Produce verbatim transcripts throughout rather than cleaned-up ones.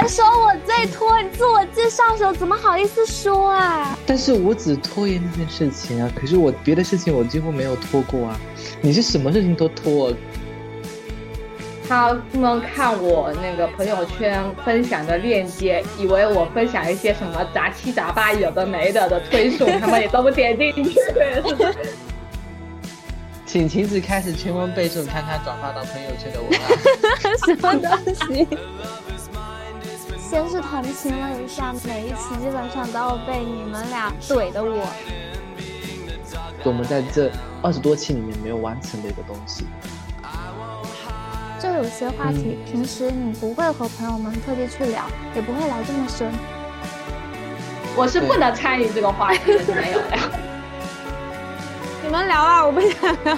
说我最拖，你自我介绍的时候怎么好意思说啊？ 但是我只拖延这件事情啊，可是我别的事情我几乎没有拖过啊。你是什么事情都拖？ 他们看我那个朋友圈分享的链接，以为我分享一些什么杂七杂八有的没的的推送，他们也都不点进去。 请晴子开始全文背诵看看转发到朋友圈的文案。 什么东西？先是同情了一下，每一期基本上都要被你们俩怼的我。 我们在这二十多期里面没有完成的一个东西。 就有些话题、嗯、平时你不会和朋友们特地去聊，也不会聊这么深。 我是不能参与这个话题的，没有聊。 你们聊啊，我不想聊。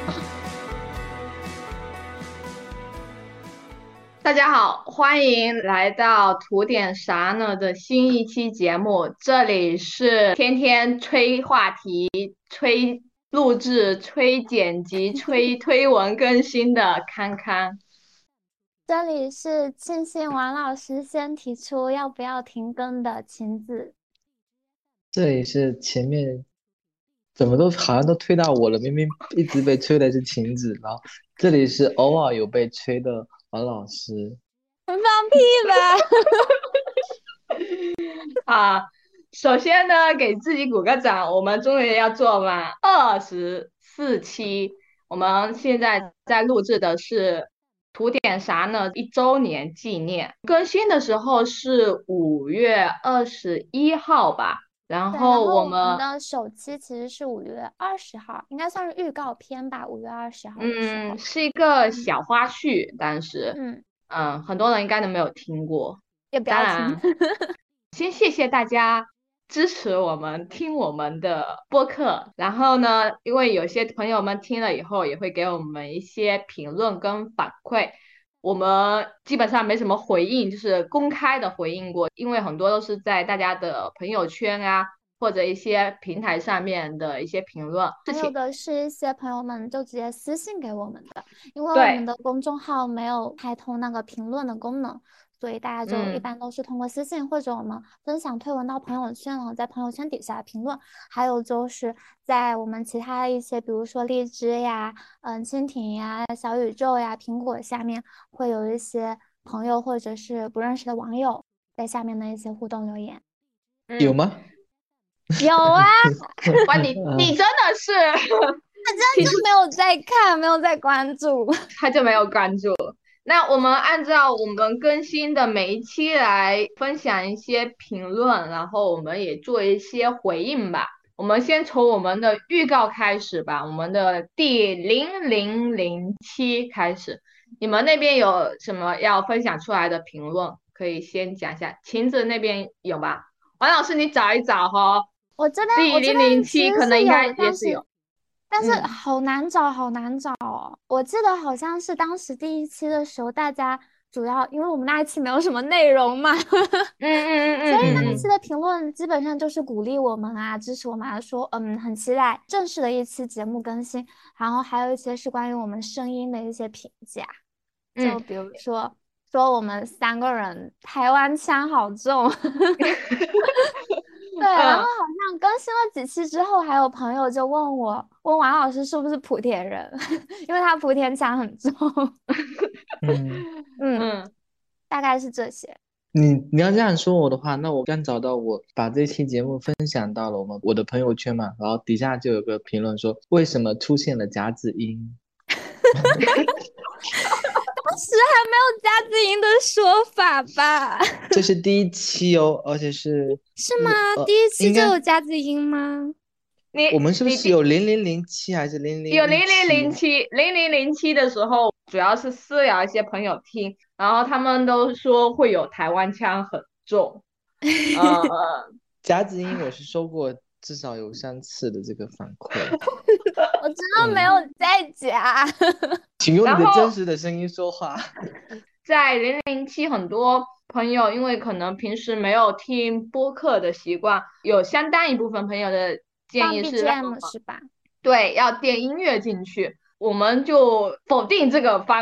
大家好，欢迎来到图点啥呢的新一期节目，这里是天天吹话题、吹录制、吹剪辑、吹推文更新的康康。 这里是庆幸王老师先提出要不要停更的晴子。 这里是前面怎么都好像都推到我了，明明一直被吹的是晴子，然后这里是偶尔有被吹的王老师。 放屁吧！啊，首先呢，给自己鼓个掌，我们终于要做满二十四期。我们现在在录制的是图点啥呢？一周年纪念，更新的时候是五月二十一号吧。然后我们, 我们的首期其实是五月二十号，应该算是预告片吧。五月二十号的时候， 嗯，是一个小花絮，当时， 嗯嗯，很多人应该都没有听过， 也不要听。 先谢谢大家支持我们听我们的播客，然后呢，因为有些朋友们听了以后也会给我们一些评论跟反馈，我们基本上没什么回应，就是公开的回应过，因为很多都是在大家的朋友圈啊或者一些平台上面的一些评论， 还有的是一些朋友们就直接私信给我们的，因为我们的公众号没有开通那个评论的功能，所以大家就一般都是通过私信、嗯、或者我们分享推文到朋友圈，然后在朋友圈底下评论，还有就是在我们其他一些比如说荔枝呀、嗯蜻蜓呀、小宇宙呀、苹果下面会有一些朋友或者是不认识的网友在下面的一些互动留言。 嗯、有吗？ 有啊。 哇，你你真的是他真的就没有在看，没有在关注， 他就没有关注。那我们按照我们更新的每一期来分享一些评论，然后我们也做一些回应吧。我们先从我们的预告开始吧，我们的第零零零期开始。你们那边有什么要分享出来的评论？可以先讲一下。晴子那边有吧？王老师你找一找哈。 我这边第零零七可能应该也是有。 但是好难找、嗯、好难找哦。我记得好像是当时第一期的时候，大家主要因为我们那一期没有什么内容嘛， 嗯嗯嗯， 所以那一期的评论基本上就是鼓励我们啊，支持我们啊，说嗯很期待正式的一期节目更新，然后还有一些是关于我们声音的一些评价，就比如说、嗯、说我们三个人台湾腔好重。对，然后好像更新了几期之后，还有朋友就问我，问王老师是不是莆田人，因为他莆田腔很重。 嗯嗯，大概是这些。 你你要这样说我的话，那我刚找到我把这期节目分享到了我们我的朋友圈嘛，然后底下就有个评论说，为什么出现了夹子音？ 当时还没有夹子音的说法吧？ 这是第一期哦，而且是是吗、呃？第一期就有夹子音吗？ 你我们是不是有零零零七还是零零？ 有零零零七，零零零七的时候，主要是私聊一些朋友听，然后他们都说会有台湾腔很重。呃， 夹子音我是收过至少有三次的这个反馈。 我真的没有在夹。 嗯、请用你的真实的声音说话。 在零零七很多朋友因为可能平时没有听播客的习惯，有相当一部分朋友的建议是放 B G M 是吧？ 对，要垫音乐进去，我们就否定这个方案，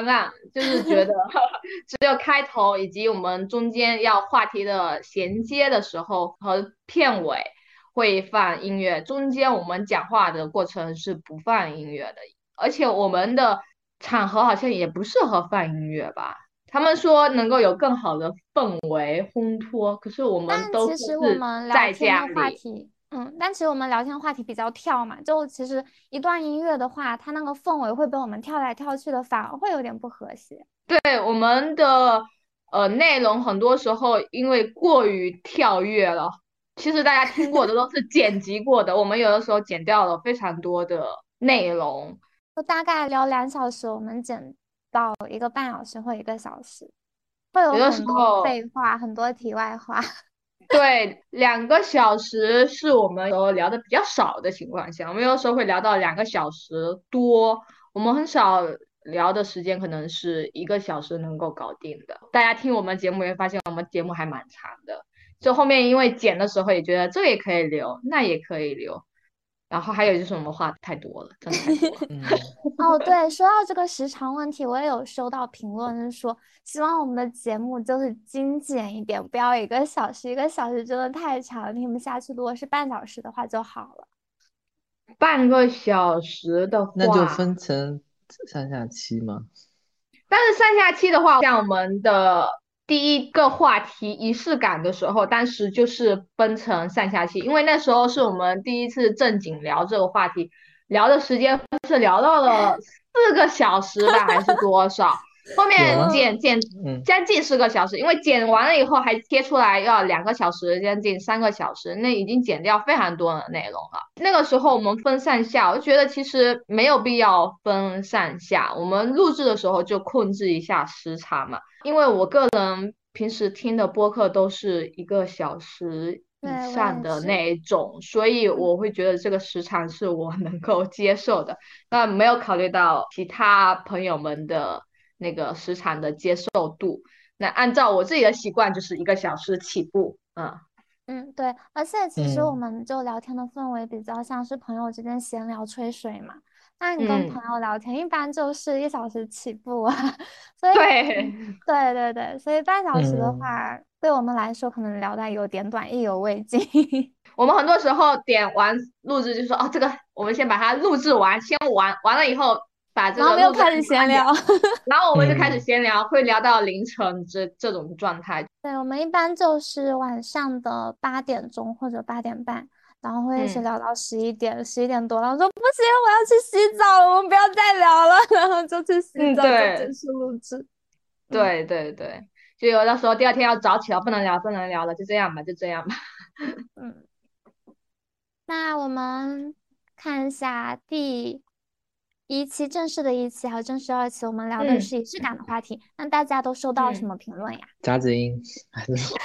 就是觉得只有开头以及我们中间要话题的衔接的时候和片尾会放音乐，中间我们讲话的过程是不放音乐的，而且我们的场合好像也不适合放音乐吧。他们说能够有更好的氛围烘托，可是我们但都其实我是们聊在天的家里。 话题，嗯，但其实我们聊天的话题比较跳嘛，就其实一段音乐的话，它那个氛围会被我们跳来跳去的，反而会有点不和谐。 对，我们的呃内容很多时候因为过于跳跃了，其实大家听过的都是剪辑过的，我们有的时候剪掉了非常多的内容。 就大概聊两小时，我们剪到一个半小时或一个小时，会有有的时很多候废话，很多题外话。 对，两个小时是我们有聊的比较少的情况下，我们有的时候会聊到两个小时多，我们很少聊的时间可能是一个小时能够搞定的。大家听我们节目也会发现，我们节目还蛮长的。就后面因为剪的时候也觉得这个也可以留，那也可以留，然后还有就是我们话太多了，真的太多了。 嗯， 哦，对，说到这个时长问题，我也有收到评论，是说希望我们的节目就是精简一点，不要一个小时，一个小时真的太长了，听不下去。如果是半小时的话就好了。 半个小时的那就话， 分成上下期嘛。 但是上下期的话，像我们的第一个话题仪式感的时候，当时就是分成上下期，因为那时候是我们第一次正经聊这个话题，聊的时间是聊到了四个小时吧，还是多少？后面有吗？ 剪剪嗯， 将近四个小时，因为剪完了以后还贴出来要两个小时，将近三个小时，那已经剪掉非常多的内容了。那个时候我们分上下，我就觉得其实没有必要分上下，我们录制的时候就控制一下时长嘛。因为我个人平时听的播客都是一个小时对， 以我上的也是。 那一种，所以我会觉得这个时长是我能够接受的。那没有考虑到其他朋友们的那个时长的接受度。那按照我自己的习惯，就是一个小时起步。嗯嗯，对，而且其实我嗯， 们就聊天的氛围比较像是朋友之间闲聊吹水嘛。那你跟嗯， 朋友聊天，一般就是一小时起步啊，所以， 对。 嗯，对对对，所以半小时的嗯， 话，对我们来说可能聊的有点短，意犹未尽。 我们很多时候点完录制就说哦，这个我们先把它录制完，先完完了以后把这然后个录制按没有开始钮按掉， 闲聊。 然后我们就开始嗯， 闲聊，会聊到凌晨这这种状态。 对，我们一般就是晚上的八点钟或者八点半，然后会一直嗯聊到十一点、十一点多，然后说不行，我要去洗澡了，我们不要再聊了，然后就去洗嗯， 澡，就结对束录制。嗯对对对，就有的时候第二天要早起了，不能聊不能聊了，就这样吧，就这样吧。 嗯，那我们看一下第一期正式的一期，还有正式二期，我们聊的嗯是仪式感的话题。那大家都收到什嗯。 么评论呀？ 夹子音还是什么？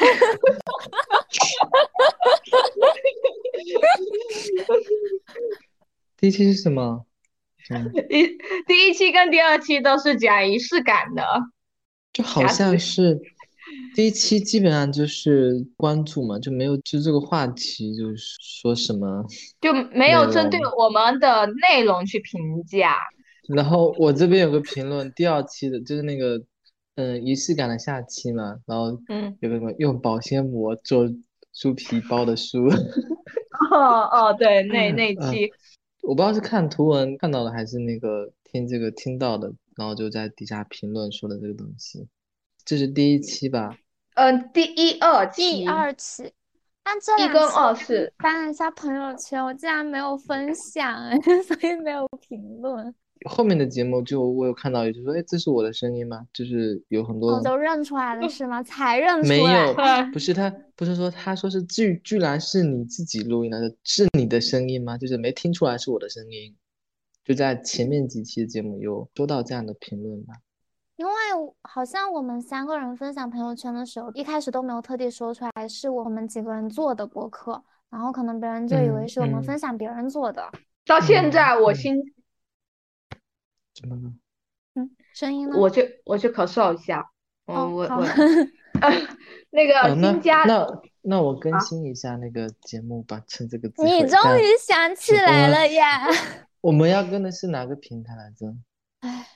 第一期是什么？嗯， 第第一期跟第二期都是讲仪式感的， 就好夹子像是第一期基本上就是关注嘛，就没有就这个话题，就是说什么就没内有针对容。 我们的内容去评价。 然后我这边有个评论，第二期的就是那个嗯仪式感的下期嘛，然后嗯， 有个什么用保鲜膜做猪皮包的书。 哦哦，对，那那嗯， 期， 我不知道是看图文看到的还是那个听这个听到的，然后就在底下评论说的这个东西。这是第一期吧？ 嗯，第一二第期， 二期，但这一跟两期我二是。 刚翻了一下朋友圈，我竟然没有分享，所以没有评论。 后面的节目就我有看到，也就说，哎，这是我的声音吗？就是有很哦， 多就认出来了是吗？才认出来。 没有， 哎， 对， 不是他，不是说他说是居居然是你自己录音的，是你的声音吗？就是没听出来是我的声音。就在前面几期的节目有收到这样的评论吧？ 因为好像我们三个人分享朋友圈的时候，一开始都没有特地说出来是我们几个人做的播客，然后可能别人就以为是我们嗯嗯分享别人做的。 到现嗯嗯， 在我心， 怎么了？ 嗯，声音呢？ 我去我去咳嗽一下， 哦， 嗯，我好。 我那个哦，那新加那那我更啊， 新一下那个节目吧，趁这个机你终会。但于想起来是我们了呀！ 我们要跟的是哪个平台来着？ 哎，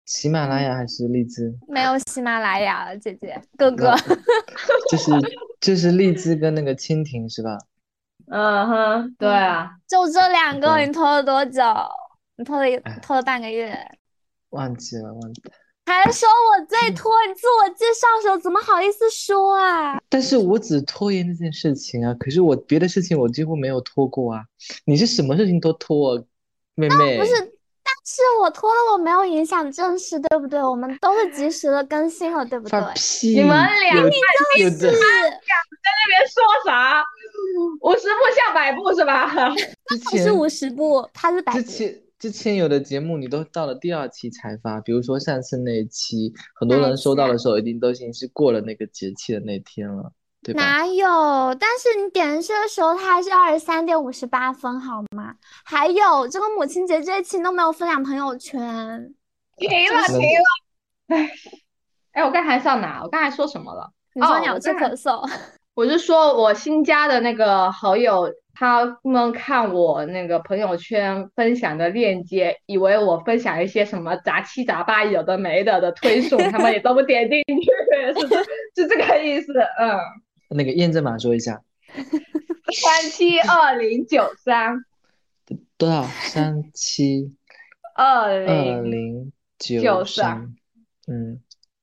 喜马拉雅还是荔枝？ 没有喜马拉雅了，姐姐哥哥。 那就是就是荔枝跟那个蜻蜓是吧？ 嗯哼，对啊， 就这两个， 对， 你拖了多久？你拖了一哎， 拖了半个月， 忘记了忘记了。 还说我在拖。你自我介绍的时候怎么好意思说啊？ 但是我只拖延这件事情啊，可是我别的事情我几乎没有拖过啊。你是什么事情都拖啊，妹不是， 妹？ 但是我拖了，我没有影响正事，对不对？我们都是及时的更新了，对不放对？ 你们屁！ 俩有有是的那边说啥？五十步笑百步是吧？ 之我是五前十步，他是百之步。 前之前有的节目你都到了第二期才发，比如说上次那一期，很多哪一人收期啊？ 到的时候一定都已经是过了那个节气的那天了，对吧？ 哪有？但是你点进去的时候，它还是二十三点五十八分，好吗？还有这个母亲节这一期都没有分享朋友圈， 停是不是？ 了停了，哎哎，我刚才上哪？我刚才说什么了？哦， 你说你要吃我刚才咳嗽。 我是说我新加的那个好友，他们看我那个朋友圈分享的链接，以为我分享一些什么杂七杂八有的没的的推送，他们也都不点进去，是这是这个意思。嗯， 那个验证码说一下， 三七二零九三多少？三七二二零零九九三， 三。嗯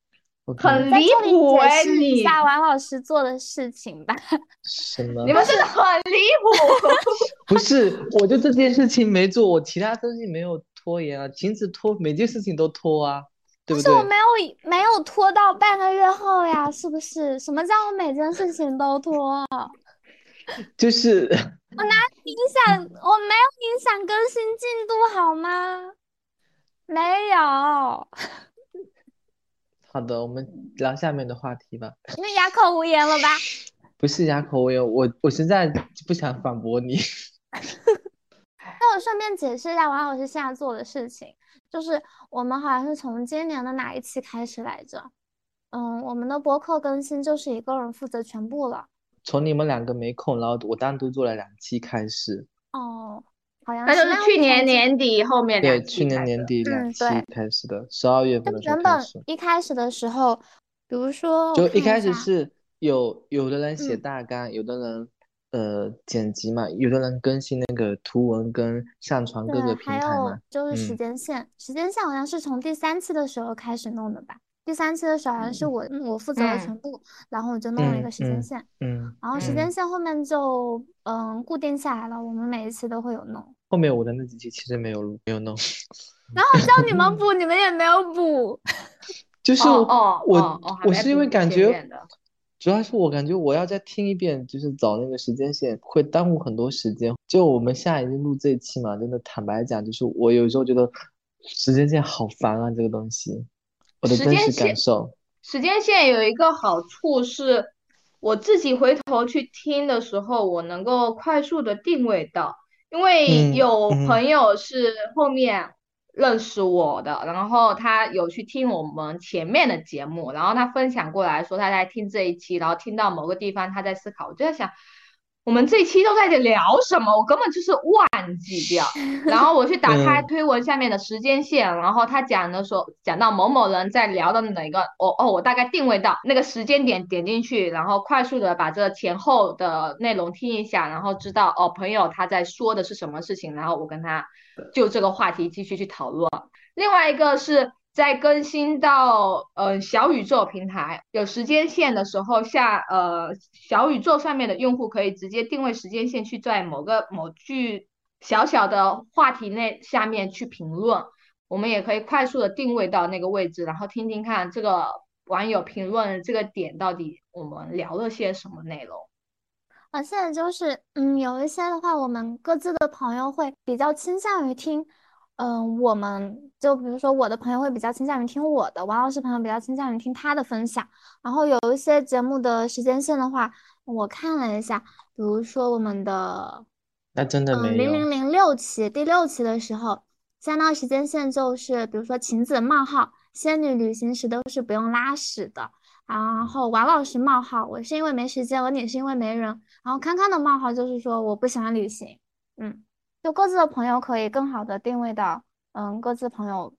，OK。 很离在这里谱哎， 解释一你下王老师做的事情吧。 什么？ 你们真的很离谱。 不是，我就这件事情没做，我其他东西没有拖延啊，停止拖，每件事情都拖啊，对但不对？ 是我没有没有拖到半个月后呀，是不是？什么叫我每件事情都拖？ 就是我哪有影响？我没有影响更新进度好吗？没有， 好的，我们聊下面的话题吧。 你哑口无言了吧？ 不是哑口无言，我我实在不想反驳你。 那我顺便解释一下王老师现在做的事情，就是我们好像是从今年的哪一期开始来着？嗯，我们的播客更新就是一个人负责全部了。 从你们两个没空，然后我单独做了两期开始。 哦，好像那是， 就是去年那从今年底后面对， 两去年期开始。 年底两嗯， 期对， 开始的，十二月份的时候原本开始。 一开始的时候，比如说我就一开始看一下， 是有有的人写嗯， 大纲，有的人呃剪辑嘛，有的人更新那个图文跟上传各对， 个还平台嘛。 有就是时嗯间线，时间线好像是从第三期的时候开始弄的吧？第三期的时候好像是我嗯我负责了嗯全部，然后我就弄了一个嗯嗯时间线， 嗯然后时间嗯， 线后面就嗯固定下来了，我们每一期都会有弄， 后面我的那几期其实没有录没有弄。 然后叫你们补，你们也没有补。 就是哦哦我哦哦，还我是因为没补感觉， 前面的。 主要是我感觉我要再听一遍，就是找那个时间线会耽误很多时间。就我们下一次录这一期嘛，真的坦白讲，就是我有时候觉得时间线好烦啊，这个东西，我的真实时间线， 感受。 时间线有一个好处是，我自己回头去听的时候，我能够快速的定位到，因为嗯嗯， 有朋友是后面认识我的，然后他有去听我们前面的节目，然后他分享过来说他在听这一期，然后听到某个地方他在思考，我就在想。我们这一期都在聊什么？我根本就是忘记掉。然后我去打开嗯， 推文下面的时间线，然后他讲的时候讲到某某人在聊的哪个，哦哦，我大概定位到那个时间点，点进去，然后快速的把这前后的内容听一下，然后知道哦朋友他在说的是什么事情，然后我跟他就这个话题继续去讨论。另外一个是在更新到呃小宇宙平台有时间线的时候，下呃小宇宙上面的用户可以直接定位时间线去在某个某句小小的话题内下面去评论，我们也可以快速的定位到那个位置，然后听听看这个网友评论这个点到底我们聊了些什么内容。 而且就是，嗯，有一些的话，我们各自的朋友会比较倾向于听，嗯、我们就比如说我的朋友会比较倾向于听我的，王老师朋友比较倾向于听他的分享。然后有一些节目的时间线的话，我看了一下，比如说我们的， 那真的嗯， 没有。 零零零六期第六期的时候，相当时间线就是，比如说晴子冒号仙女旅行时都是不用拉屎的。然后王老师冒号，我是因为没时间，而你是因为没人。然后康康的冒号就是说我不喜欢旅行，嗯，就各自的朋友可以更好的定位到，嗯，各自朋友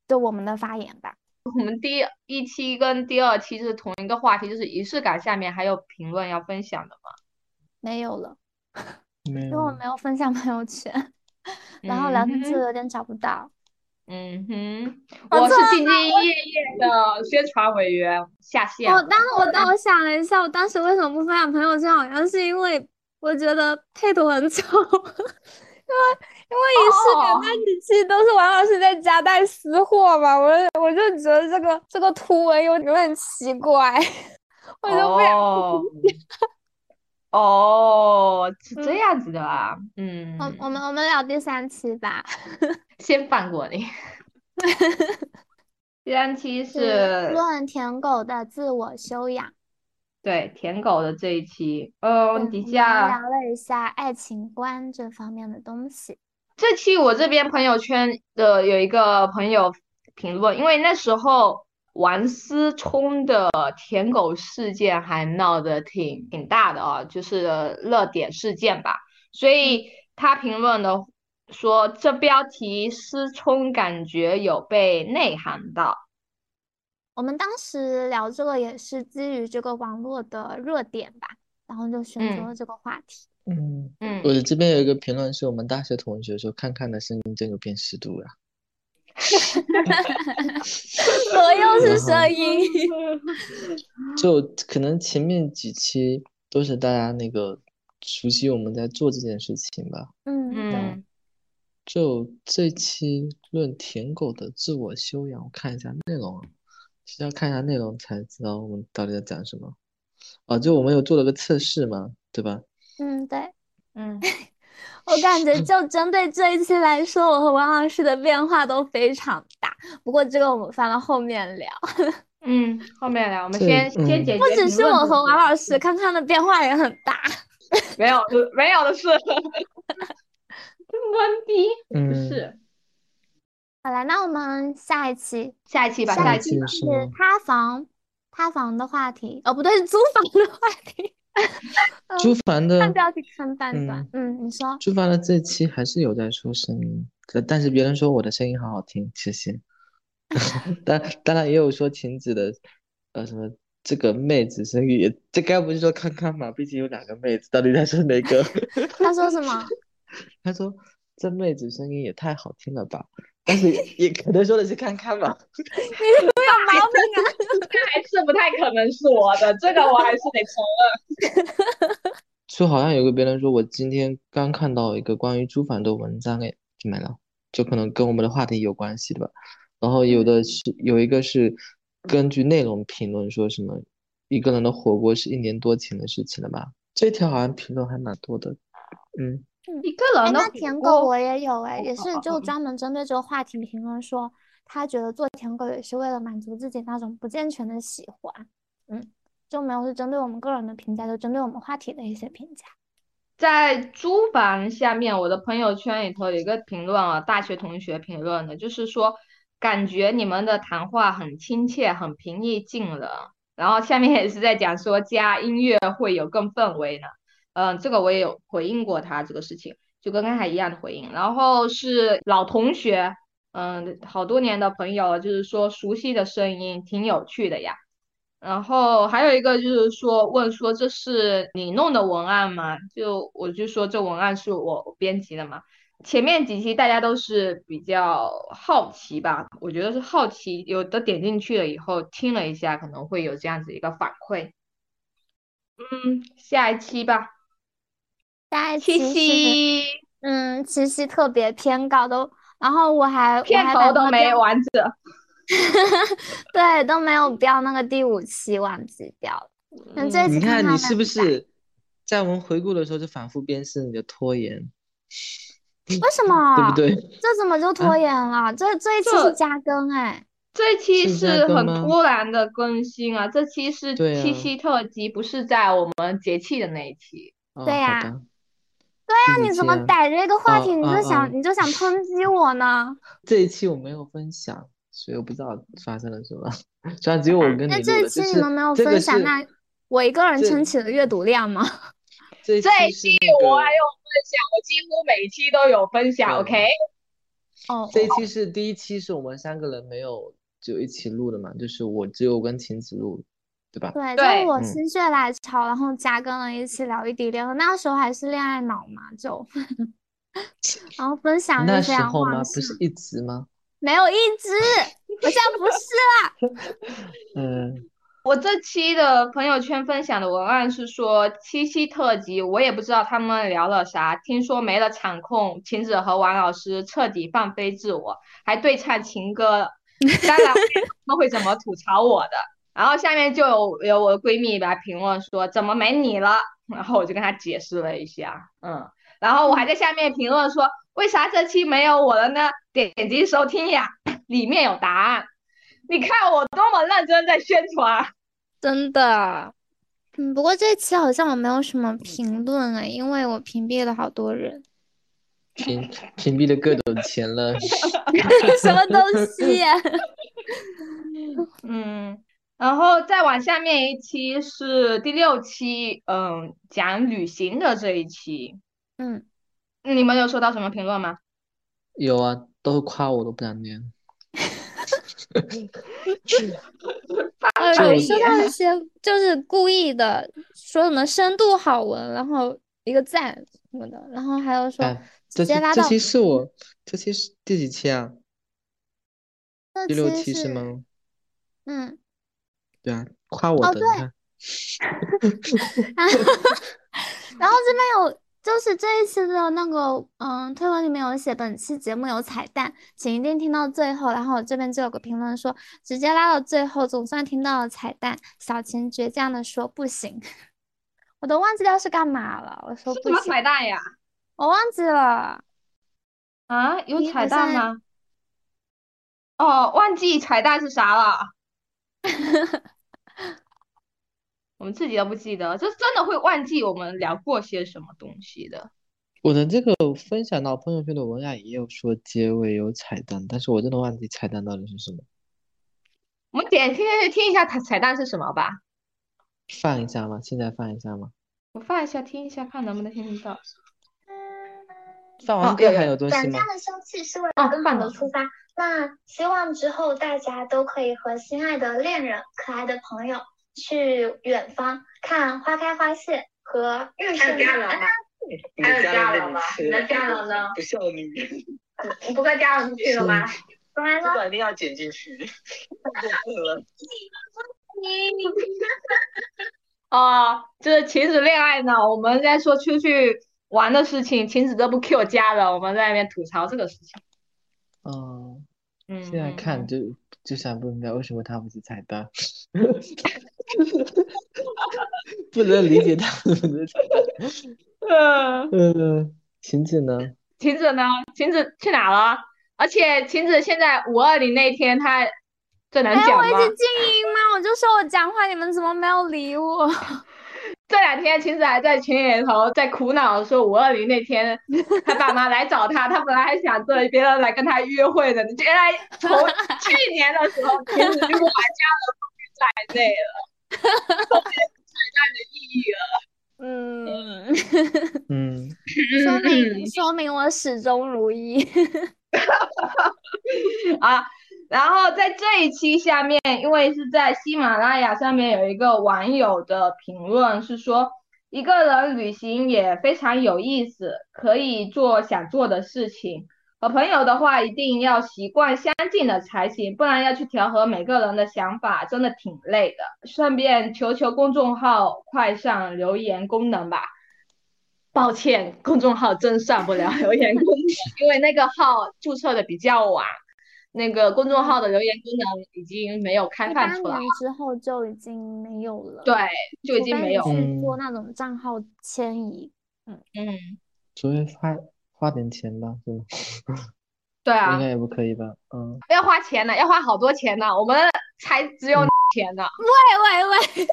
就我们的发言吧。 我们第一期跟第二期是同一个话题，就是仪式感，下面还有评论要分享的吗？ 没有了， 没因为我有。 没有分享朋友圈，然后聊天记录嗯哼， 有点找不到。 嗯哼， 我错了， 我是兢兢业业的宣传委员，下线我了。 当我当我想了一下，我当时为什么不分享朋友圈？好像是因为我觉得配图很丑，因为因为仪式感哦， 那几期都是王老师在夹带私货嘛，我我就觉得这个这个图文有有点奇怪，我就不想哦，哦，是这嗯， 样子的啊， 我我们嗯， 我们聊第三期吧， 先放过你。第三期是是论舔狗的自我修养。 对舔狗的这一期， 对， 嗯，底我们聊下了一下爱情观这方面的东西。 这期我这边朋友圈的有一个朋友评论，因为那时候王思聪的舔狗事件还闹得挺挺大的啊，就是热点事件吧，所嗯。 以他评论的说这标题思聪感觉有被内涵到。 我们当时聊这个也是基于这个网络的热点吧，然后就选择嗯了这个话题。 嗯，我嗯， 的这边有一个评论是我们大学同学说，看看的声音真有辨识度呀。 我又是然后声音。 就可能前面几期都是大家那个熟悉我们在做这件事情吧， 嗯，对， 然后嗯， 就这期论舔狗的自我修养，我看一下内容啊，其实要看一下内容才知道我们到底在讲什么。哦，就我们有做了个测试嘛，对吧？ 嗯，对， 嗯， 我感觉就针对这一期来说，我和王老师的变化都非常大。不过这个我们放到后面聊。 嗯，后面聊，我们这先先嗯， 解决评不只是论这些。 我和王老师，康康的变化也很大。 没有，没有的是。温迪不嗯， 是好了，那我们下一期， 下一期吧， 下一下一期下一期吧。 期是是吗？ 塌房，塌房的话题，哦，不对，是租房的话题。 朱嗯， 凡的， 看标题看半段。 嗯， 嗯，你说。 朱凡的这期还是有在说声音，可但是别人说我的声音好好听，谢谢。当当然也有说晴子的，呃，什么这个妹子声音也，这该不是说康康嘛？毕竟有两个妹子，到底在说哪个？ 他说什么？ 他说这妹子声音也太好听了吧，但是也也可能说的是康康嘛。 你是不是有毛病啊？ 还是不太可能是我的，这个我还是得承认。 就好像有个别人说，我今天刚看到一个关于朱凡的文章，哎，就没了，就可能跟我们的话题有关系的吧。然后有嗯， 的是有一个是根据内容评论说什么一个人的火锅是一年多前的事情了吧？这条好像评论还蛮多的。嗯， 嗯， 一个哎， 人的那火锅， 舔狗我也有哎， 哦也是就哦哦哦， 专门针对这个话题评论说，他觉得做舔狗也是为了满足自己那种不健全的喜欢。嗯，就没有是针对我们个人的评价，就针对我们话题的一些评价。 在租房下面，我的朋友圈里头有一个评论啊，大学同学评论的，就是说感觉你们的谈话很亲切，很平易近人。然后下面也是在讲说加音乐会有更氛围呢。嗯，这个我也有回应过他这个事情，就跟刚才一样的回应。然后是老同学，嗯，好多年的朋友了，就是说熟悉的声音挺有趣的呀。然后还有一个就是说问说这是你弄的文案吗？就我就说这文案是我编辑的嘛。前面几期大家都是比较好奇吧，我觉得是好奇，有的点进去了以后听了一下，可能会有这样子一个反馈。嗯，下一期吧， 下一七期是， 夕嗯，七夕特别篇稿都，然后我还我片还把头都没那个标， 完整。 对，都没有标那个第五期，忘记掉了。嗯，这一期你看看看你是不能改。 是在我们回顾的时候就反复鞭尸你的拖延， 为什对不么？ 对？ 这怎么就拖啊， 延了？这这一期是这加更哎。 这期是加是很更吗？ 突然的更新啊，这期是对呀， 七夕特辑，不是在我们节气的那一期。 啊， 对呀， 好吧， 对呀，你怎么第几期啊？ 逮着一个话啊题你就想啊啊！ 你就想抨击我呢？ 这一期我没有分享，所以我不知道发生了什么。虽然只有我跟那你录的， 这一期就是你们没有这个分享， 是那我一个人撑这起了阅读量吗？ 这一这一期期是那个我还有分享，我几乎每期都有分享。OK， 对哦这一期哦， 是第一期，是我们三个人没有就一起录的嘛，就是我只有跟晴子录，对吧？ 对，就对， 嗯， 我心血来潮，然后加跟了一起聊异地恋，那时候还是恋爱脑嘛，就然后分享那欲非常时候吗？不旺盛， 是一直吗？ 没有一直，我现在不是啦。 嗯， 我这期的朋友圈分享的文案是说七夕特辑，我也不知道他们聊了啥，听说没了场控，晴子和王老师彻底放飞自我，还对唱情歌，当然他们会怎么吐槽我的。然后下面就有有我的闺蜜来评论说怎么没你了，然后我就跟她解释了一下，嗯，然后我还嗯， 在下面评论说为啥这期没有我了呢？点击收听呀，里面有答案。你看我多么认真在宣传。 真的。嗯，不过这期好像我没有什么评论哎，因为我屏蔽了好多人。 屏屏蔽了各种钱了。 什么东西呀？ 嗯，然后再往下面一期是第六期，嗯，讲旅行的这一期， 嗯， 你们有收到什么评论吗？ 有啊，都夸我，都不想念。 呃，有收可以， 到一些就是故意的，说什么深度好文，然后一个赞什么的，然后还有说看， 直这接拉到， 期这期是我，这期是第几期啊？ 这第六期是， 期是吗？ 嗯， 对啊，夸我哦的，你对， 看。 然后然后这边有，就是这一期的那个，嗯，推文里面有写本期节目有彩蛋，请一定听到最后。然后我这边就有个评论说，直接拉到最后，总算听到了彩蛋。小琴倔强的说不行，我都忘记掉是干嘛了。我说是什么不行， 彩蛋呀？ 我忘记了。 啊，有你彩我现在蛋吗？哦，忘记彩蛋是啥了，我们自己都不记得，这真的会忘记我们聊过些什么东西的。 我的这个分享到朋友圈的文案也有说结尾有彩蛋，但是我真的忘记彩蛋到底是什么。 我们点听听一下彩彩蛋是什么吧， 放一下吗？现在放一下吗？ 我放一下听一下，看能不能听得到。 放完哦，有有有， 歌还有东西短吗？ 暂的休憩是为了哦， 更放了。 好的出发。那希望之后大家都可以和心爱的恋人、可爱的朋友去远方看花开花谢和日升。 家人吗？ 还有家人吗？你的家人呢？ 不孝女， 你不跟家人去了吗？从来呢？ 这段一定要剪进去，太过分了。 哦，就是晴子恋爱脑，我们在说出去玩的事情，晴子都不 Q 家了，我们在那边吐槽这个事情。 嗯， 嗯现在嗯嗯， 看就就想不明白为什么他不是彩蛋，不能理解他们的彩蛋。 呃， 嗯，晴子呢？ 晴子呢？晴子去哪了？而且晴子现在五二零那一天，她这还要我能讲吗？ 一起静音吗？我就说我讲话，你们怎么没有理我？ 这两天晴子还在群里头在苦恼说五二零那天他爸妈来找他，他本来还想着别人来跟他约会的，原来从去年的时候晴子就把家人放在内了，后面彩蛋的意义了。 嗯， 嗯， 说明说明我始终如一。 啊，然后在这一期下面，因为是在喜马拉雅上面有一个网友的评论是说，一个人旅行也非常有意思，可以做想做的事情。和朋友的话，一定要习惯相近的才行，不然要去调和每个人的想法，真的挺累的。顺便求求公众号快上留言功能吧。抱歉，公众号真上不了留言功能，因为那个号注册的比较晚，那个公众号的留言功能已经没有开一八放出来， 年之后就已经没有了， 对，就已除经没有。 非你去做嗯那种账号迁移。嗯， 嗯， 除非花花点钱吧，是吗？ 对啊， 应该也不可以吧？嗯， 要花钱呢，要花好多钱呢，我们才只有钱呢。 喂喂喂，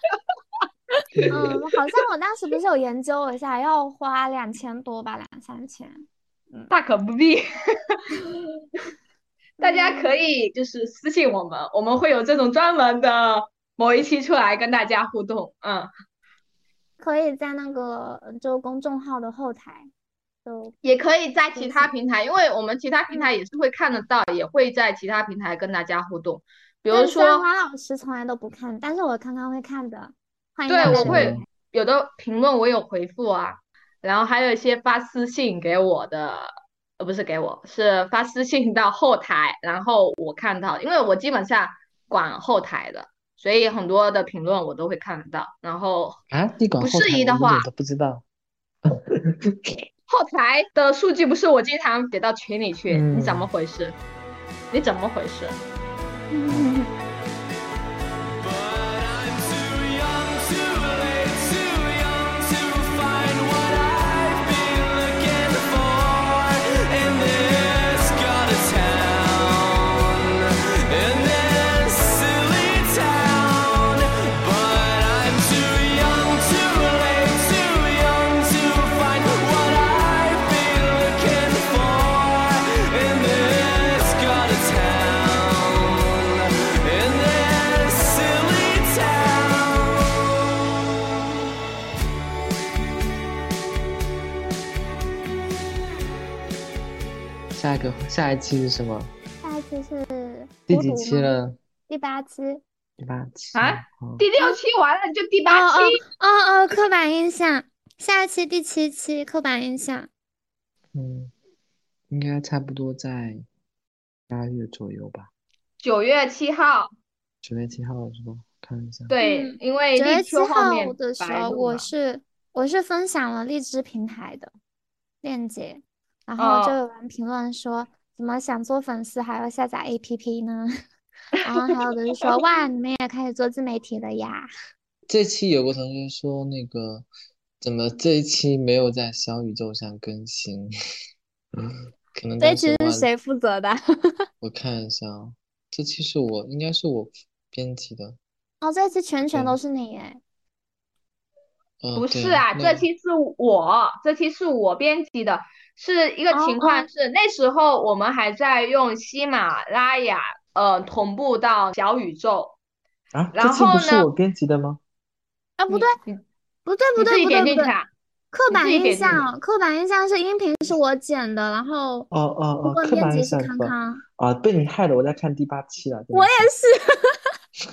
嗯，好像我当时不是有研究一下，要花两千多吧，两三千。 大可不必。大家可以就是私信我们，我们会有这种专门的某一期出来跟大家互动。嗯， 可以在那个就公众号的后台， 都也可以在其他平台，因为我们其他平台也是会看得到，也会在其他平台跟大家互动。比如对，虽然说， 王老师从来都不看，但是我看看会看的。欢迎对， 大家我会留言。 有的评论我有回复啊，然后还有一些发私信给我的，呃，不是给我，是发私信到后台，然后我看到，因为我基本上管后台的，所以很多的评论我都会看得到。然后啊，你管不后台， 适宜的话， 我一点都不知道。 后台的数据不是我经常给到群里去， 嗯你怎么回事？你怎么回事？ 嗯下一个下一期是什么？ 下一期是第几孤独吗？ 期了？ 第八期。 第八期啊， 哦第六期完了就第哦八期。 哦哦哦，刻板印象。下一期第七期刻板印象。 嗯，应该差不多在八月左右吧。 九月七号， 九月七号是吧？看一下。 对， 嗯， 因为九月立秋后七号面的时候， 白露嘛。 我是我是分享了荔枝平台的链接，然后就哦， 有人评论说，怎么想做粉丝还要下载 A P P 呢？然后还有的是说，哇，你们也开始做自媒体了呀？ 这期有个同学说那个怎么这一期没有在小宇宙上更新？可能这一当时忘， 期是谁负责的？ 我看一下啊，这期是我应该是我编辑的。 哦，这一期全全对， 都是你哎。 呃， 不是啊， 对，那这期是我，这期是我编辑的，是一个哦情况哦是那时候我们还在用喜马拉雅呃同步到小宇宙， 啊，这然期不后呢， 是我编辑的吗？ 啊，不对， 你你不对，不对， 你自己不对，不对， 点进去啊， 刻你自己板印点进去。 象，刻板印象是音频是我剪的，然后哦哦哦， 部分刻板印编辑是象是吧？ 康康。 啊，被你害的，我在看第八期了，真我也的是。 是。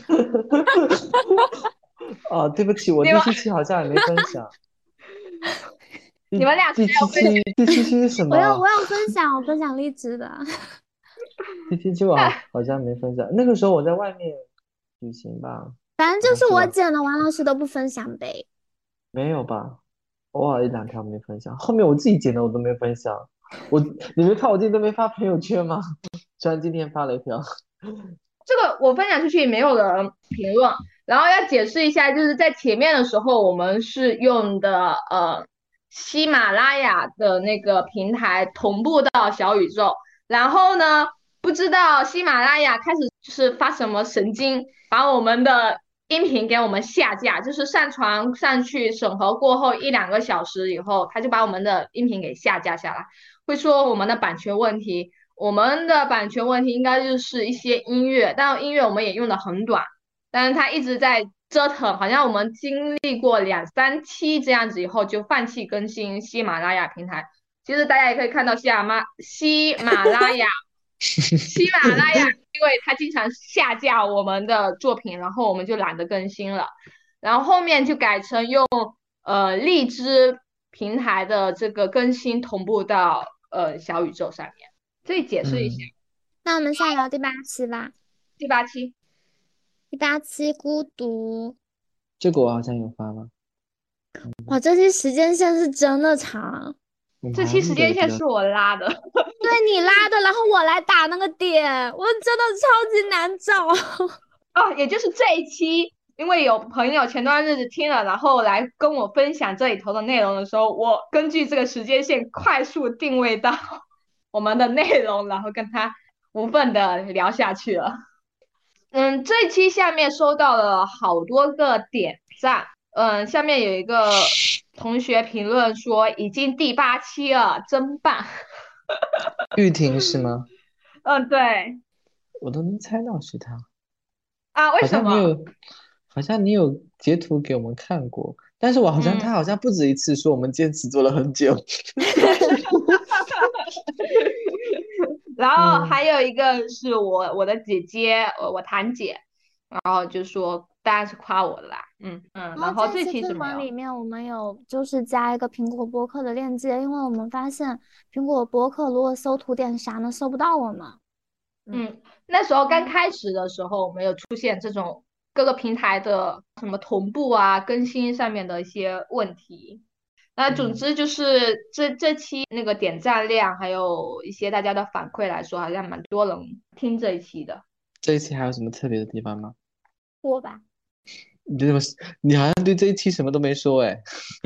哦，对不起，我你们第七期好像也没分享。第你们俩谁第七要分享？ 期第七期是什我要我么？ 要分享，我分享荔枝的。 第七期我好好像没分享，那个时候我在外面旅行吧， 反正就是好像是吧？ 我剪的，王老师都不分享呗。 没有吧？偶尔一两条没分享，后面我自己剪的我都没分享。我你没看我今天都没发朋友圈吗？虽然今天发了一条。 这个我分享出去也没有人评论，然后要解释一下，就是在前面的时候我们是用的呃喜马拉雅的那个平台同步到小宇宙，然后呢，不知道喜马拉雅开始就是发什么神经，把我们的音频给我们下架，就是上传上去审核过后一两个小时以后，他就把我们的音频给下架下来，会说我们的版权问题。我们的版权问题应该就是一些音乐，但音乐我们也用的很短，但是他一直在折腾，好像我们经历过两三期这样子以后就放弃更新喜马拉雅平台。其实大家也可以看到喜马拉喜马拉雅喜马拉雅，因为它经常下架我们的作品，然后我们就懒得更新了，然后后面就改成用呃荔枝平台的这个更新同步到呃小宇宙上面。这里解释一下， 嗯， 那我们下聊第八期吧。 第八期第八期孤独。 这个我好像有发了。 哇，这期时间线是真的长。 这期时间线是我拉的， 对你拉的，然后我来打那个点，我真的超级难找。 哦，也就是这一期，因为有朋友前段日子听了，然后来跟我分享这里头的内容的时候，我根据这个时间线快速定位到我们的内容，然后跟他无缝的聊下去了。嗯，这一期下面收到了好多个点赞，嗯，下面有一个同学评论说已经第八期了，真棒。 玉婷是吗？ 嗯，对我都能猜到是他。 啊，为好什么？ 像你有，好像你有截图给我们看过， 但是我好像、 嗯他好像不止一次说我们坚持做了很久。 然后嗯还有一个是我我的姐姐，我我堂姐，然后就说当然是夸我的啦，嗯嗯， 然后然后这这期推期是没有， 广里面，我们有就是加一个苹果播客的链接，因为我们发现苹果播客如果搜图点啥呢，搜不到我们。 嗯，那时候刚嗯开始的时候，我们有出现这种各个平台的什么同步啊、更新上面的一些问题。那总嗯， 之就是这这期那个点赞量，还有一些大家的反馈来说，好像蛮多人听这一期的。 这一期还有什么特别的地方吗？ 我吧， 你这么，你好像对这一期什么都没说哎。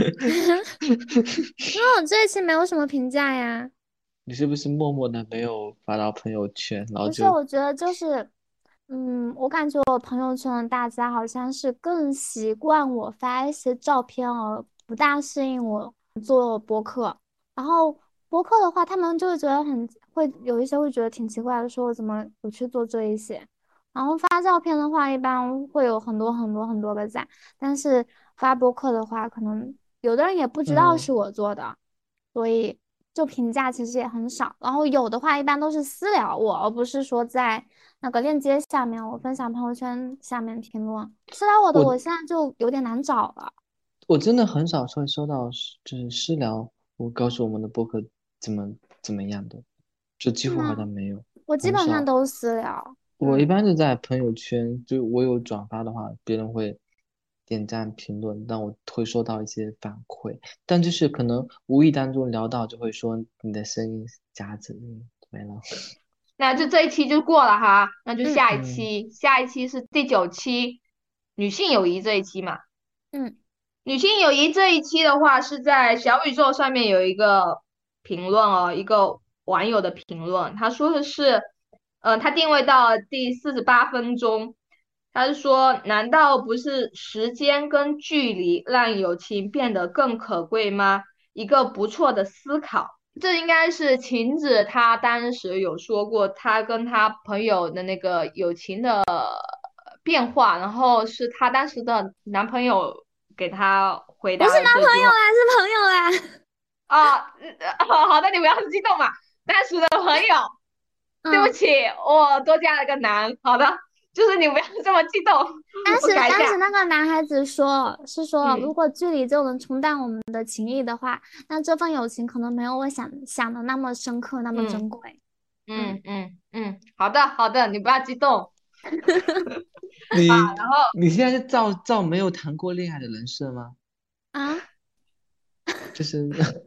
因为我这一期没有什么评价呀。 你是不是默默的没有发到朋友圈，然后不是， 就我觉得就是，嗯，我感觉我朋友圈的大家好像是更习惯我发一些照片，而不大适应我做播客。然后播客的话，他们就会觉得很，会有一些会觉得挺奇怪的，说我怎么不去做这一些。然后发照片的话，一般会有很多很多很多个赞，但是发播客的话，可能有的人也不知道嗯， 是我做的，所以就评价其实也很少。然后有的话，一般都是私聊我，而不是说在那个链接下面我分享朋友圈下面评论。私聊我的，我我现在就有点难找了。 我真的很少会收到是就是私聊，我告诉我们的播客怎么怎么样的，就几乎好是吗？ 像没有， 我基很少。 本上都是私聊。 我一嗯， 般是在朋友圈，就我有转发的话，别人会点赞评论，但我会收到一些反馈，但就是可能无意当中聊到，就会说你的声音夹子，嗯，没了。 那就这一期就过了哈，那就嗯下一嗯期，下一期是第九期，女性友谊这一期嘛。 嗯， 女性友谊这一期的话，是在小宇宙上面有一个评论哦，一个网友的评论，他说的是，呃，他定位到第四十八分钟，他是说，难道不是时间跟距离让友情变得更可贵吗？一个不错的思考。这应该是晴子她当时有说过，她跟她朋友的那个友情的变化，然后是她当时的男朋友给她回答不是男了这句话。 朋友啦，是朋友啦。 啊，嗯好好的，你不要激动嘛。当时的朋友，对不嗯。 起，我多加了个男。好的，就是你不要这么激动， 当时我改一下。 当时那个男孩子说，是说如嗯果距离就能冲淡我们的情谊的话，那这份友情可能没有我想想的那么深刻，那么珍嗯贵。 嗯嗯嗯嗯，好的好的，你不要激动。 你然后你现在是照照没有谈过恋爱的人设吗？ 啊， 就是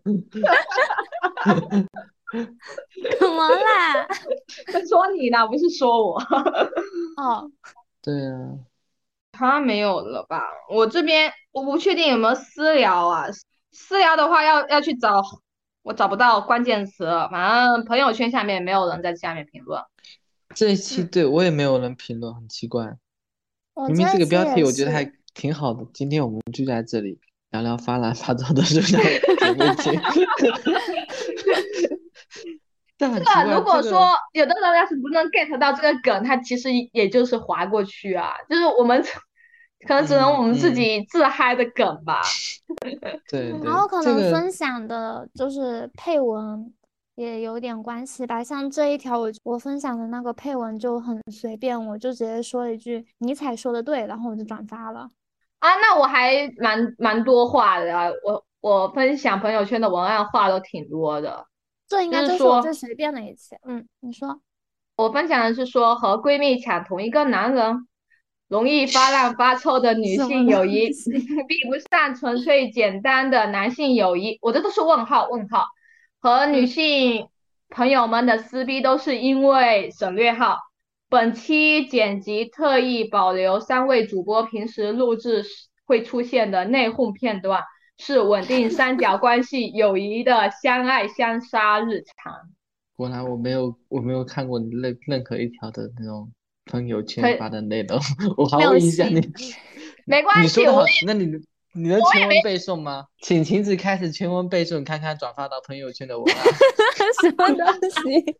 怎么啦？ 在说你呢，不是说我。 哦， 对啊， 他没有了吧？我这边我不确定有没有私聊啊。私聊的话要要去找，我找不到关键词了，反正朋友圈下面没有人在下面评论。 这一期嗯， 对我也没有人评论，很奇怪。 我明明这这一期个标题也是。 我觉得还挺好的，今天我们就在这里聊聊发烂发糟的热爱姐妹情。但很奇这怪， 如果说这个有的人要是不能 get 到这个梗，他其实也就是划过去啊，就是我们可能只能我们自嗯嗯， 己自嗨的梗吧。 对对， 然后可这个能分享的就是配文也有点关系吧，像这一条我我分享的那个配文就很随便，我就直接说了一句尼采说的对，然后我就转发了。 啊，那我还蛮蛮多话的啊，我我分享朋友圈的文案话都挺多的，就这应该就是我最是说随便的一次。嗯，你说。 我分享的是说和闺蜜抢同一个男人，容易发烂发臭的女什么东性友谊， 西？ 比不上纯粹简单的男性友谊。我这都是问号问号。和女嗯， 性朋友们的撕逼都是因为省略号。本期剪辑特意保留三位主播平时录制时会出现的内讧片段，是稳定三角关系友谊的相爱相杀日常。 果然我没有我没有看过你任任何一条的那种朋友圈可发的内容，我还没有问一下你， 信。 没关系，我你说的好，那你你能全文背诵吗？请晴子开始全文背诵，看看转发到朋友圈的文案。 什么东西？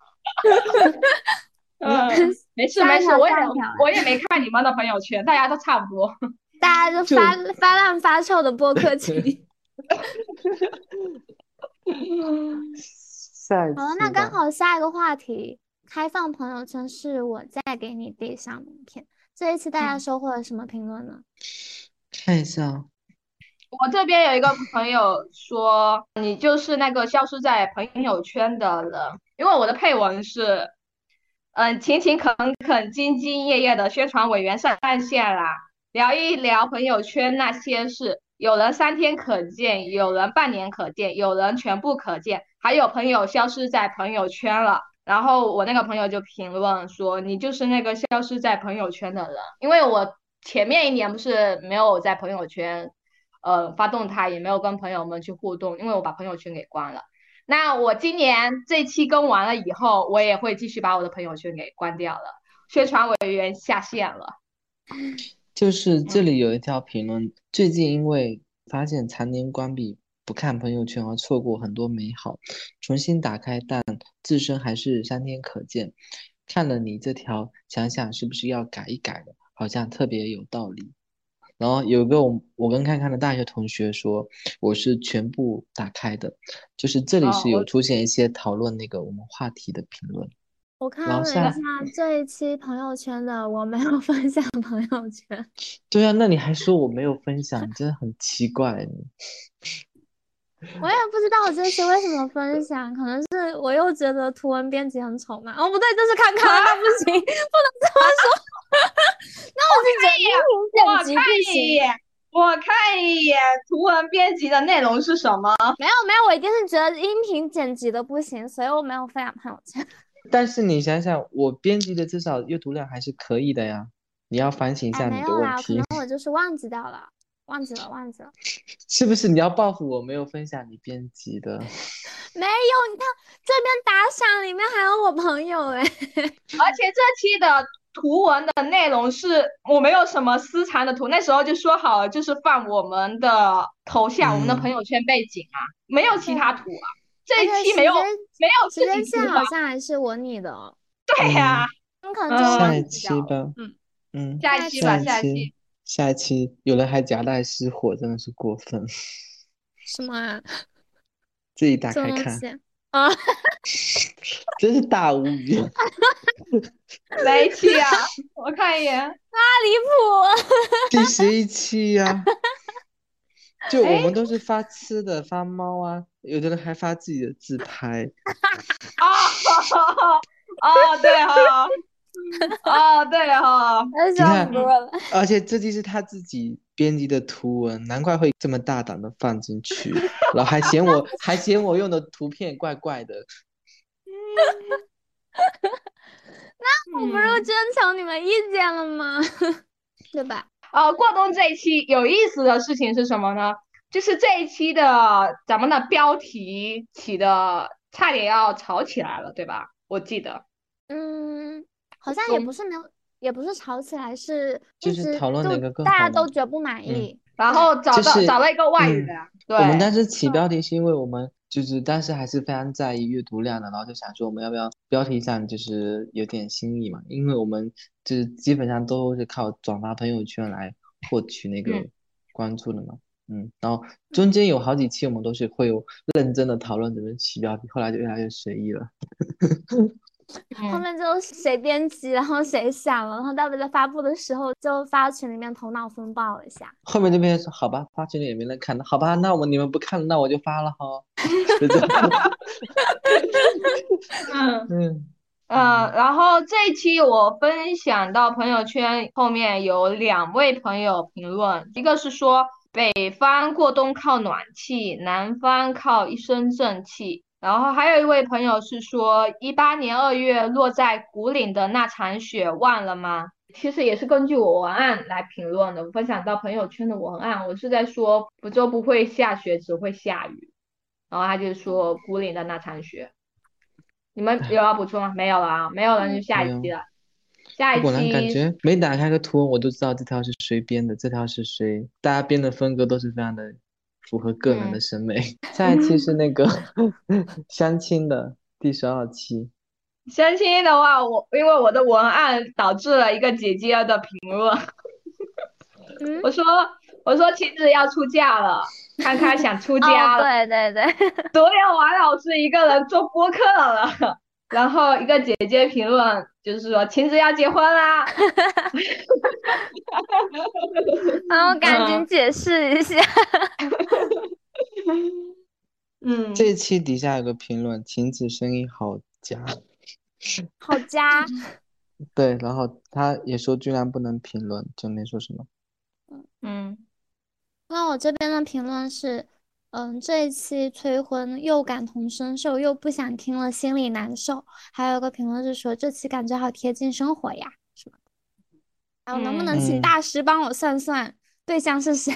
嗯，没事没事， 下一条， 我也下一条。 我也没看你们的朋友圈，大家都差不多。 大家就发发烂发臭的播客群。 下一好了，那期吧。 刚好下一个话题，开放朋友圈是我再给你递上名片。这一期大家收获了什么评论呢？ 看一下， 我这边有一个朋友说，你就是那个消失在朋友圈的人，因为我的配文是，嗯，勤勤恳恳、兢兢业业的宣传委员上线啦，聊一聊朋友圈那些事，有人三天可见，有人半年可见，有人全部可见，还有朋友消失在朋友圈了。然后我那个朋友就评论说，你就是那个消失在朋友圈的人，因为我前面一年不是没有在朋友圈。呃，发动态也没有跟朋友们去互动，因为我把朋友圈给关了。那我今年这期更完了以后，我也会继续把我的朋友圈给关掉了。宣传委员下线了。 就是这里有一条评论，嗯、最近因为发现常年关闭不看朋友圈而错过很多美好，重新打开但自身还是三天可见。看了你这条，想想是不是要改一改的，好像特别有道理。然后有个我我跟看看的大学同学说，我是全部打开的，就是这里是有出现一些讨论那个我们话题的评论。 我看了一下这一期朋友圈的，我没有分享朋友圈。 对啊，那你还说我没有分享，你真的很奇怪你。 我也不知道我这期为什么分享，可能是我又觉得图文编辑很丑嘛。哦，不对，这是看看了，那不行，不能这么说。那我是觉得音频剪辑不行。 我看一眼图文编辑的内容是什么？ 没有没有，我一定是觉得音频剪辑的不行，所以我没有分享朋友圈。 但是你想想，我编辑的至少阅读量还是可以的呀。你要反省一下你的问题。 哎、没有啦，可能我就是忘记掉了，忘记了，忘记了。 是不是你要报复我没有分享你编辑的？ 没有，你看这边打赏里面还有我朋友哎。 而且这期的图文的内容是我没有什么私藏的图，那时候就说好了，就是放我们的头像、嗯、我们的朋友圈背景啊，没有其他图啊。这一期没有没有时间线好像还是我你的。 对呀、啊， 嗯，可能就下一期吧。 嗯嗯， 下一期吧，下一期。 下一期有人还夹带私货，真的是过分。 什么啊？ 自己打开看啊！ 真是大无语。 哪一期啊？我看一眼。啊， 离谱！ 第十一期呀、啊。就我们都是发吃的，发猫啊，有的人还发自己的自拍。 哦哦，对哈、哦，哦对哈、哦， 你看，而且这就是他自己编辑的图文，难怪会这么大胆的放进去，然后还嫌我还嫌我用的图片怪怪的。 那我不是征求你们意见了吗？对吧？ 呃，过冬这一期有意思的事情是什么呢？就是这一期的咱们的标题起的差点要吵起来了，对吧？我记得， 嗯，好像也不是没有，也不是吵起来，是就是讨论哪个更好， 大家都觉不满意， 嗯、 然后找到、 就是、 找了一个外语的、 嗯。 对， 我们当时起标题是因为我们就是当时还是非常在意阅读量的，然后就想说我们要不要标题上就是有点新意嘛，因为我们就是基本上都是靠转发朋友圈来获取那个关注的嘛。嗯嗯，然后中间有好几期我们都是会有认真的讨论怎么起标题，后来就越来越随意了。 后面就谁编辑，然后谁想了，然后到底在发布的时候就发群里面头脑风暴了一下。 后面就变成说好吧，发群里也没人看的，好吧，那我你们不看了，那我就发了哈。就这样。 嗯嗯嗯，然后这一期我分享到朋友圈后面有两位朋友评论，一个是说北方过冬靠暖气，南方靠一身正气。然后还有一位朋友是说，一八年二月落在古岭的那场雪忘了吗？其实也是根据我文案来评论的，我分享到朋友圈的文案，我是在说福州不会下雪，只会下雨。然后他就说古岭的那场雪。你们有要补充吗？没有了啊，没有了就下一期了。下一期。 果然感觉没打开个图文我都知道这条是谁编的，这条是谁，大家编的风格都是非常的符合个人的审美。嗯、下一期是那个相亲的第十二期。 相亲的话，我因为我的文案导致了一个姐姐的评论。 嗯， 我说我说晴子要出嫁了，看看想出家哦， 了， 对对对， 独有王老师一个人做播客了。然后一个姐姐评论就是说晴子要结婚啦。 然后赶紧嗯解释一下。 嗯， 这一期底下有个评论，晴子声音好假。 好加， 对，然后他也说居然不能评论，就没说什么。 嗯， 那我这边的评论是，嗯，这一期催婚又感同身受，又不想听了，心里难受。还有个评论是说，这期感觉好贴近生活呀，什么的。还有能不能请嗯大师帮我算算对象是谁？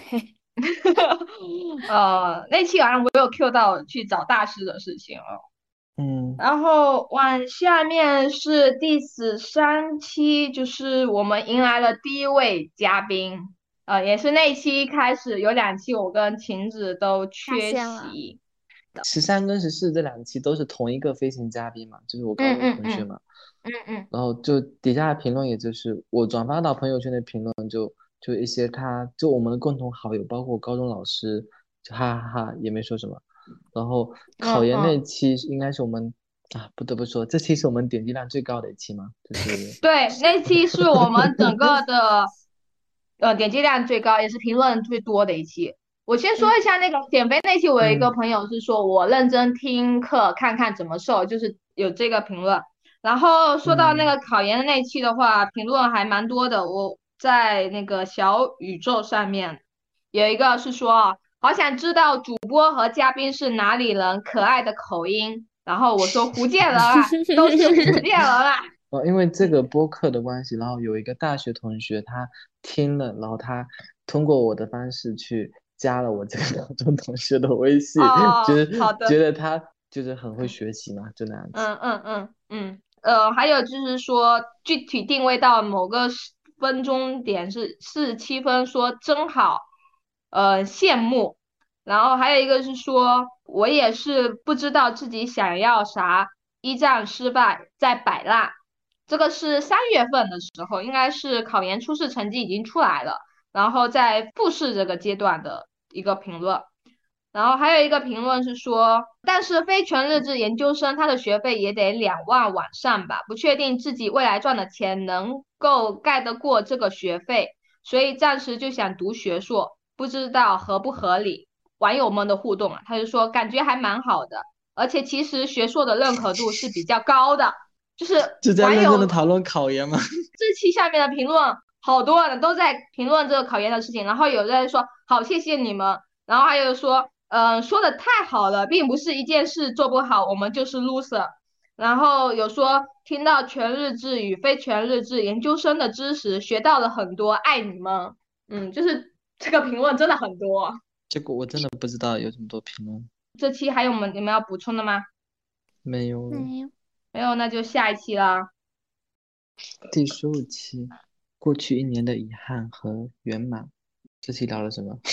呃，那期好像我有 Q 到去找大师的事情了。 嗯然后往下面是第十三期，就是我们迎来了第一位嘉宾，呃，也是那期开始有两期我跟晴子都缺下线了席。 十三跟十四这两期都是同一个飞行嘉宾嘛，就是我高中嗯嗯嗯同学嘛。 嗯嗯然后就底下的评论，也就是我转发到朋友圈的评论就，就一些他就我们的共同好友，包括我高中老师，就哈哈哈也没说什么。然后考研那嗯嗯， 期应该是我们啊，不得不说，这期是我们点击量最高的一期嘛，就是对，那期是我们整个的呃点击量最高，也是评论最多的一期。我先说一下那个减肥那期，我有一个嗯朋友是说我认真听课，看看怎么瘦，就是有这个评论。然后说到那嗯个考研的那期的话，评论还蛮多的。我在那个小宇宙上面有一个是说啊，好想知道主播和嘉宾是哪里人，可爱的口音。然后我说福建人啊，都是福建人啊。 哦，因为这个播客的关系，然后有一个大学同学他听了，然后他通过我的方式去加了我这个高中同学的微信， 哦， 觉得好的。 觉得他就是很会学习嘛，就那样子。 嗯嗯嗯嗯，呃，还有就是说具体定位到某个时分钟点是四十七分，说真好，呃，羡慕。然后还有一个是说，我也是不知道自己想要啥，一战失败再摆烂。这个是三月份的时候，应该是考研初试成绩已经出来了，然后在复试这个阶段的一个评论。然后还有一个评论是说，但是非全日制研究生他的学费也得两万往上吧，不确定自己未来赚的钱能够盖得过这个学费，所以暂时就想读学硕，不知道合不合理。网友们的互动啊，他就说感觉还蛮好的，而且其实学硕的认可度是比较高的，就是就在认真网友的讨论考研吗？ 这期下面的评论，好多人都在评论这个考研的事情，然后有人说好谢谢你们，然后还有说，嗯、呃，说的太好了，并不是一件事做不好，我们就是 loser。然后有说听到全日制与非全日制研究生的知识，学到了很多，爱你们。嗯，就是这个评论真的很多。 这个我真的不知道有这么多评论， 这期还有我们你们要补充的吗？ 没有了。 没有， 没有，那就下一期啦。 第十五期，过去一年的遗憾和圆满。这期聊了什么？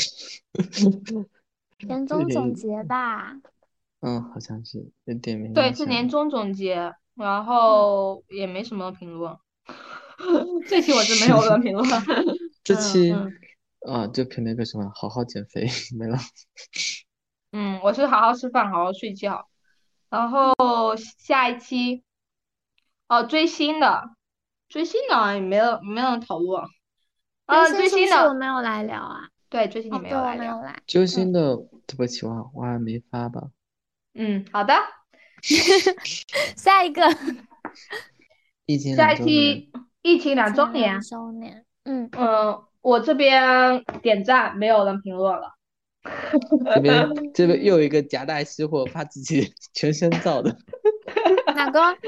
年终总结吧。 嗯，好像是有点没对， 印象。 是年终总结，然后也没什么评论。这期我是没有人评论。 这期嗯啊，就评了个什么，好好减肥，没了。 嗯，我是好好吃饭，好好睡觉。然后下一期哦，追星的，追星的好像也没有没有人讨论。呃， 追追星星是不是我的， 没有来聊啊？ 对，追星你哦，对，我没有来聊。 没有来。 揪心的，对不起，我我还没发吧。 嗯，好的。 下一个， 疫情下一两周年， 期疫情两周前两年。 周年，嗯， 嗯，我这边点赞，没有人评论了。 这边这边又有一个夹带私货，怕自己全身造的。 哪个？啊！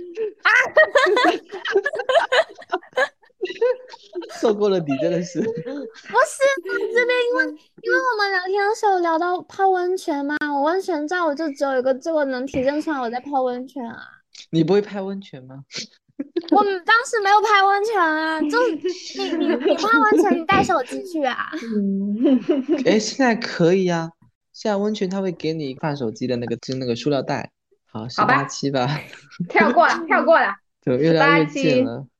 受够了你真的是。 不是啊，这边因为因为我们聊天的时候聊到泡温泉嘛，我温泉照我就只有一个这个能体现出来我在泡温泉啊。 你不会拍温泉吗？ 我们当时没有拍温泉啊，就你你你泡温泉你带手机去啊？ 哎，现在可以啊，现在温泉它会给你放手机的那个，就是那个塑料袋。好，十好吧八期吧， 跳过了，跳过了。 就越十八来越近期， 了。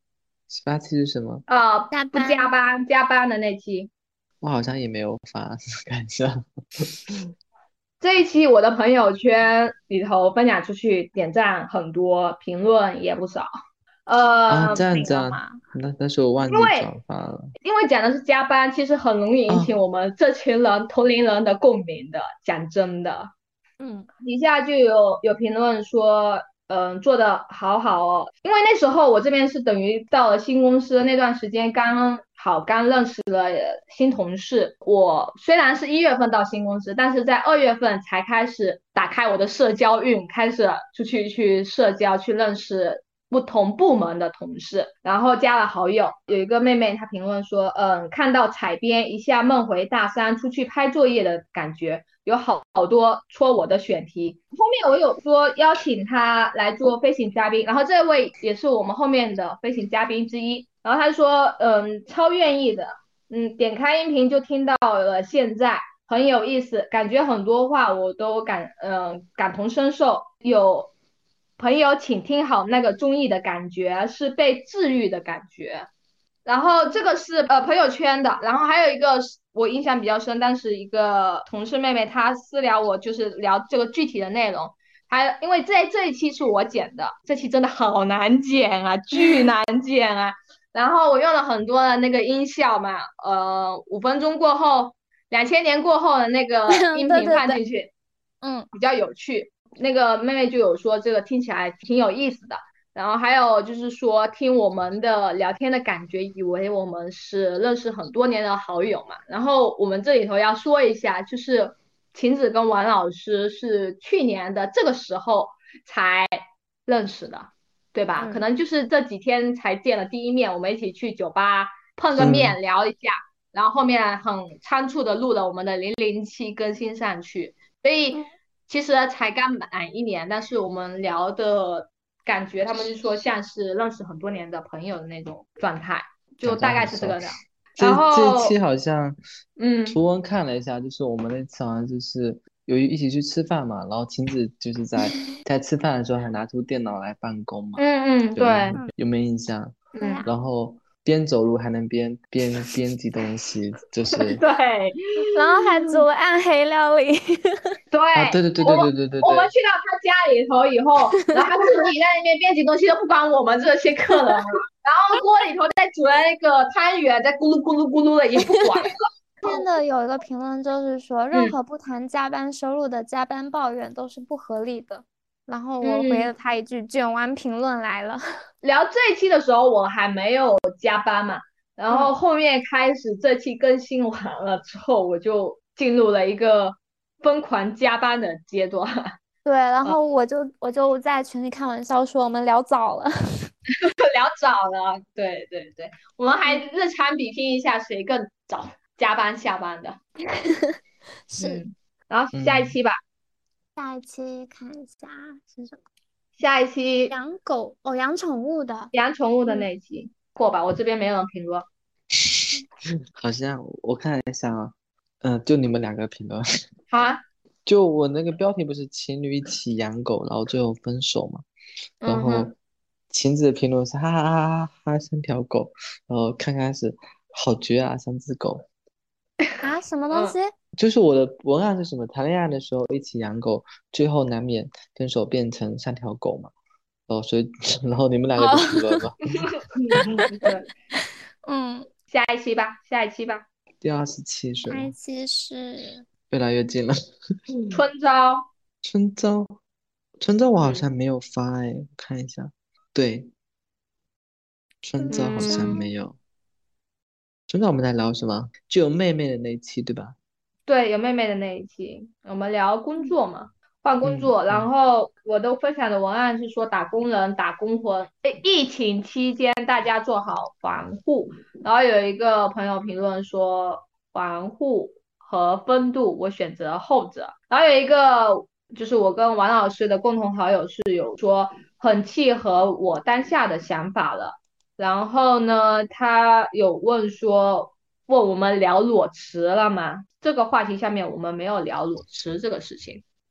十八期是什么？ 呃， 加不加班。 班加班的那期。 我好像也没有发，看一下。 这一期我的朋友圈里头分享出去，点赞很多，评论也不少。 啊， 呃， 这样那这样， 个嘛， 那但是我忘记因为转发了。 因为讲的是加班，其实很容易引起啊我们这群人同龄人的共鸣的。讲真的， 嗯， 底下就有有评论说，嗯、做的好好哦。因为那时候我这边是等于到了新公司那段时间，刚好刚认识了新同事。我虽然是一月份到新公司，但是在二月份才开始打开我的社交运，开始出去去社交，去认识不同部门的同事，然后加了好友。有一个妹妹她评论说，嗯，看到彩编一下梦回大三出去拍作业的感觉，有好好多戳我的选题。后面我有说邀请她来做飞行嘉宾，然后这位也是我们后面的飞行嘉宾之一。然后她说，嗯，超愿意的，嗯，点开音频就听到了现在。很有意思，感觉很多话我都感嗯、呃、感同身受。有朋友请听好，那个综艺的感觉是被治愈的感觉。然后这个是呃朋友圈的，然后还有一个是我印象比较深，但是一个同事妹妹她私聊我，就是聊这个具体的内容。还因为这这一期是我剪的，这期真的好难剪啊，巨难剪啊。然后我用了很多的那个音效嘛，呃，五分钟过后，两千年过后的那个音频对对对， 放进去， 嗯， 比较有趣。那个妹妹就有说这个听起来挺有意思的。然后还有就是说，听我们的聊天的感觉，以为我们是认识很多年的好友嘛。然后我们这里头要说一下，就是晴子跟王老师是去年的这个时候才认识的，对吧？可嗯， 能就是这几天才见了第一面，我们一起去酒吧碰个嗯， 面聊一下，然后后面很仓促的录了我们的零零七更新上去。所以嗯， 其实才刚满一年，但是我们聊的感觉，他们就说像是认识很多年的朋友的那种状态，就感觉大概很熟。 是这个的。然这这一期后， 好像嗯图文看了一下，就是我们那次好像就是有一起去吃饭嘛，然后晴子就是在在吃饭的时候还拿出电脑来办公嘛， 嗯嗯， 有对， 嗯， 有没有印象？ 对呀， 然后边走路还能边边编辑东西，就是对然后还煮了暗黑料理。 对， 啊，对对对我们对对对对我们对， 去到他家里头以后，然后他自己在那边编辑东西，都不管我们这些客人了。然后锅里头在煮的那个汤圆，在咕噜咕噜咕噜的，也不管。 现的有一个评论就是说，任嗯何不谈加班收入的加班抱怨都是不合理的。然后我回嗯。 了他一句：“卷完评论来了。” 聊这一期的时候，我还没有加班嘛，然后嗯， 后面开始这期更新完了之后，我就进入了一个疯狂加班的阶段。 对，然啊， 后我就我就在群里开玩笑说我们聊早了。 聊早了，对对对，我们还嗯， 日常比拼一下谁更早加班下班的。 是。 嗯，然后下一嗯， 期吧， 下一期看一下是什么？ 下一期养狗哦，养宠物的。 养宠物的嗯， 那一期过吧，我这边没有人评论。 好像我看一下啊，嗯、就你们两个评论。 好啊， 就我那个标题不是情侣一起养狗，然后最后分手嘛，然后嗯哼， 晴子的评论是哈哈哈哈哈三条狗，然后看看是好绝啊三只狗， 啊，什么东嗯， 西？ 就是我的文案是什么？谈恋爱的时候一起养狗，最后难免分手变成三条狗嘛，哦，所以然后你们两个哦， 就评论吧， 嗯，对， 嗯， 下一期吧，下一期吧， 第二十七是吗？ 下一期是越来越近了， 春招。 春招，春招我好嗯像没有发哎，我看一下，对，春招春好像没招。 有。春招我们在聊什么？就有妹妹的那一期对吧？ 对，有妹妹的那一期，我们聊工嗯作嘛，换工作，然嗯嗯后我都分享的文案是说打工人打工魂，诶，疫情期间大家做好防护。然后有一个朋友评论说防护和风度，我选择后者。然后有一个就是我跟王老师的共同好友是有说很契合我当下的想法了。然后呢，他有问说，问我们聊裸辞了吗？这个话题下面我们没有聊裸辞这个事情。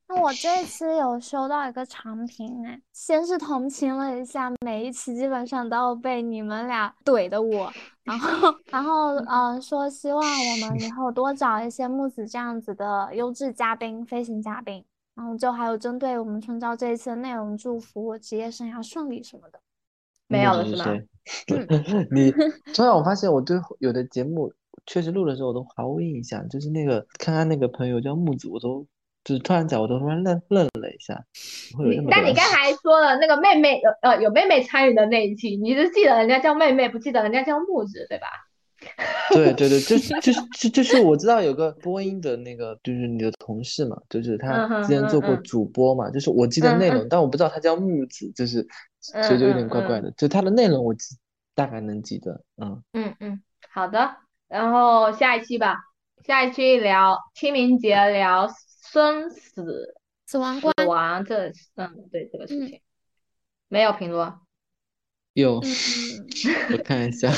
那我这一期有收到一个长评，哎，先是同情了一下，每一期基本上都要被你们俩怼的我，然后然后呃说希望我们以后多找一些木子这样子的优质嘉宾，飞行嘉宾，然后就还有针对我们春招这一期的内容，祝福我职业生涯顺利什么的。 没有了是吗？ 你突然我发现我对有的节目确实录的时候我都毫无印象，就是那个看看那个朋友叫木子，我都就是突然讲我都突然愣愣了一下。 你但你刚才说了那个妹妹有呃有妹妹参与的那一期，你是记得人家叫妹妹，不记得人家叫木子，对吧？ 对对对，就就是就就是我知道有个播音的那个，就是你的同事嘛，就是他之前做过主播嘛，就是我记得内容，但我不知道他叫木子，就是所以就有点怪怪的。就他的内容我记大概能记得，嗯嗯嗯，好的。然后下一期吧，下一期聊清明节，聊生死死亡观， 死亡这嗯对这个事情，没有评论。 有，我看一下。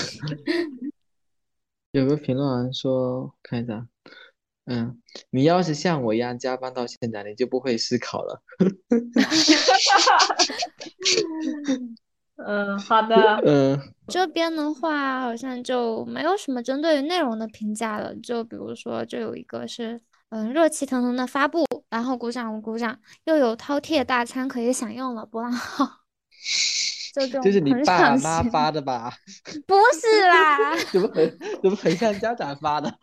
有个评论员说，看一下，嗯，你要是像我一样加班到现在，你就不会思考了。 嗯，好的。 嗯， 这边的话好像就没有什么针对于内容的评价了，就比如说，就有一个是，嗯，热气腾腾的发布，然后鼓掌鼓掌，又有饕餮大餐可以享用了，波浪号。就这这是你种爸妈发的吧？ 不是啦， 怎么很怎么很像家长发的？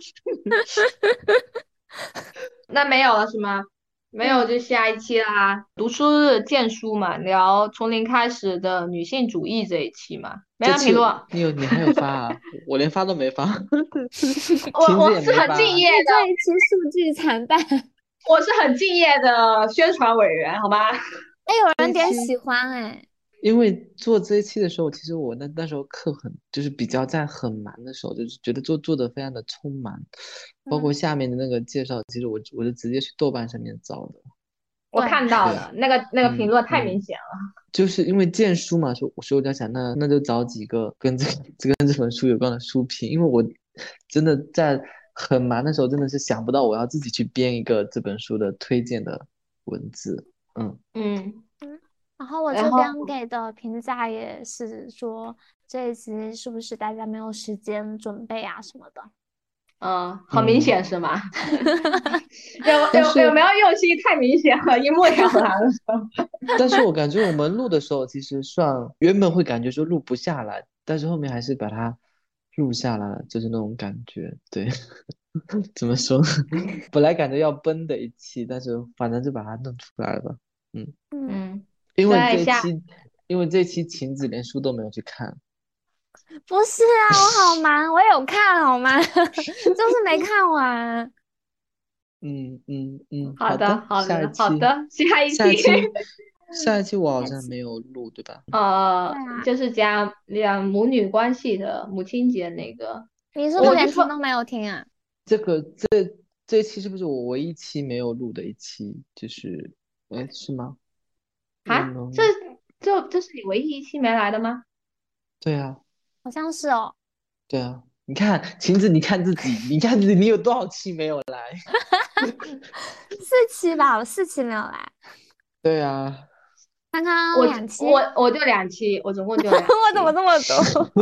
那没有了是吗？没有就下一期啦，嗯、读书日荐书嘛，聊从零开始的女性主义这一期嘛，没人评论。 你有你还有发啊？我连发都没发。 我我是很敬业的， 这一期数据惨淡。 我是很敬业的宣传委员，好吗？ 哎，有人点喜欢哎。 因为做这一期的时候，其实我那那时候课很就是比较在很忙的时候，就是觉得做做的非常的匆忙，包括下面的那个介绍，其实我我就直接去豆瓣上面找的。 我看到了那个那个评论太明显了， 嗯嗯、就是因为荐书嘛，所所以我在想，那那就找几个跟这这跟这本书有关的书评，因为我真的在很忙的时候，真的是想不到我要自己去编一个这本书的推荐的文字，嗯嗯。 然后我这边给的评价也是说，这一集是不是大家没有时间准备啊什么的？ 嗯，很明显是吗？有有有没有用心？太明显了，一目了然了。 但是我感觉我们录的时候，其实算原本会感觉说录不下来，但是后面还是把它录下来了，就是那种感觉。对，怎么说？本来感觉要崩的一期，但是反正就把它弄出来了吧。嗯嗯。 因为这期，因为这期晴子连书都没有去看。 不是啊，我好忙，我有看好吗？就是没看完。 嗯嗯嗯， 好的好的下一期好的，下一期下一期下一期我好像没有录，对吧？ 呃，就是讲讲母女关系的母亲节那个。 你是不是连听都没有听啊？ 这个这这一期是不是我唯一期没有录的一期？就是哎，是吗？ 啊，这这这是你唯一一期没来的吗？ 对啊， 好像是哦。 对啊，你看晴子，你看自己，你看自己，你有多少期没有来？ 四期吧，我四期没有来。 对啊， 刚刚我两期， 我我就两期，我总共就两期。 我怎么这么多？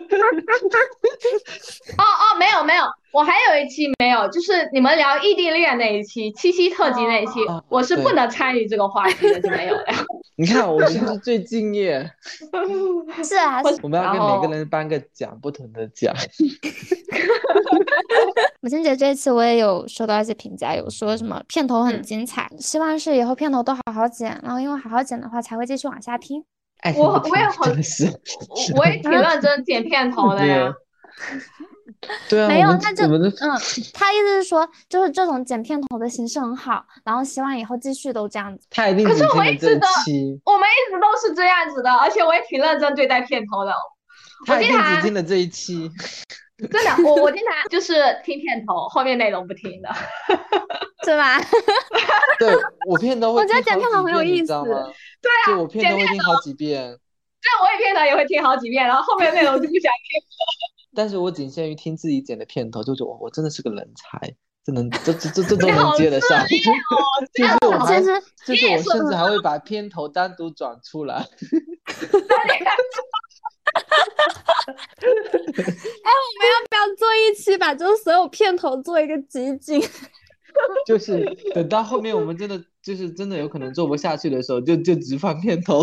哦哦，没有没有，我还有一期没有，就是你们聊异地恋那一期，七夕特辑那一期， 哦、 我是不能参与这个话题的，就没有了。 你看，我是不是最敬业？ 是啊， 我们要跟每个人颁个奖，不同的奖。 母亲节这一次我也有收到一些评价，有说什么片头很精彩，嗯、希望是以后片头都好好剪，然后因为好好剪的话才会继续往下听。 我我也很，我也挺认真剪片头的呀。 对啊， 没有，那就嗯， 他意思是说，就是这种剪片头的形式很好，然后希望以后继续都这样子。 他一定可是我一直的， 我们一直都是这样子的，而且我也挺认真对待片头的。 他一定只听了这一期。 真的，我我经常就是听片头，后面内容不听的， 是吧？ 对，我片头会， 我觉得剪片头很有意思。 对啊， 就我片头会听好几遍。 对，我也片头也会听好几遍，然后后面内容就不想听。 但是我仅限于听自己剪的片头，就是我我真的是个人才， 这能这这这这都能接得上，就是我还就是我甚至还会把片头单独转出来。 哎，我们要不要做一期把就是所有片头做一个集锦？ 就是等到后面我们真的就是真的有可能做不下去的时候，就就只放片头。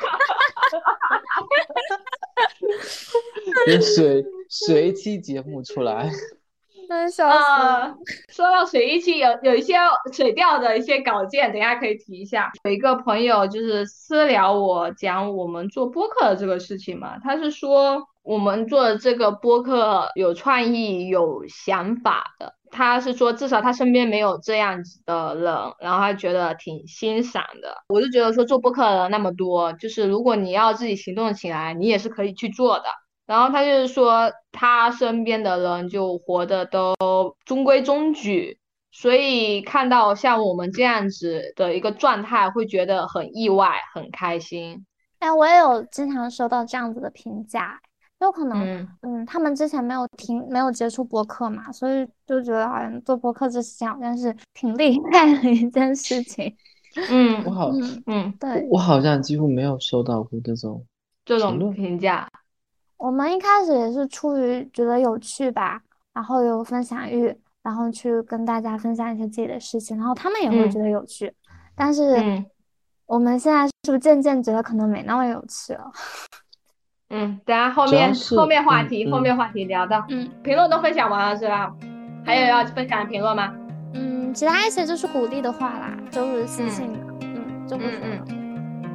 就水水一期节目出来。 真笑死了。 呃，说到水一期，有有一些水调的一些稿件，等一下可以提一下。有一个朋友就是私聊我讲我们做播客的这个事情嘛，他是说我们做的这个播客有创意、有想法的。他是说至少他身边没有这样子的人，然后他觉得挺欣赏的。我就觉得说做播客的人那么多，就是如果你要自己行动起来，你也是可以去做的。然后他就是说他身边的人就活得都中规中矩，所以看到像我们这样子的一个状态会觉得很意外很开心。 哎，我也有经常收到这样子的评价，有可能嗯, 嗯他们之前没有听没有接触播客嘛，所以就觉得好像做播客这事情好像是挺厉害的一件事情。 嗯， 我好嗯嗯对， 我好像几乎没有收到过这种这种评论评价。 我们一开始也是出于觉得有趣吧，然后有分享欲，然后去跟大家分享一些自己的事情，然后他们也会觉得有趣。 嗯、 但是嗯我们现在是不是渐渐觉得可能没那么有趣了？ 嗯，等下后面后面话题、 嗯、 后面话题聊到。 嗯， 评论都分享完了是吧？还有要分享的评论吗？ 嗯，其他一些就是鼓励的话啦，就是私信的，嗯, 嗯就不说了。 嗯嗯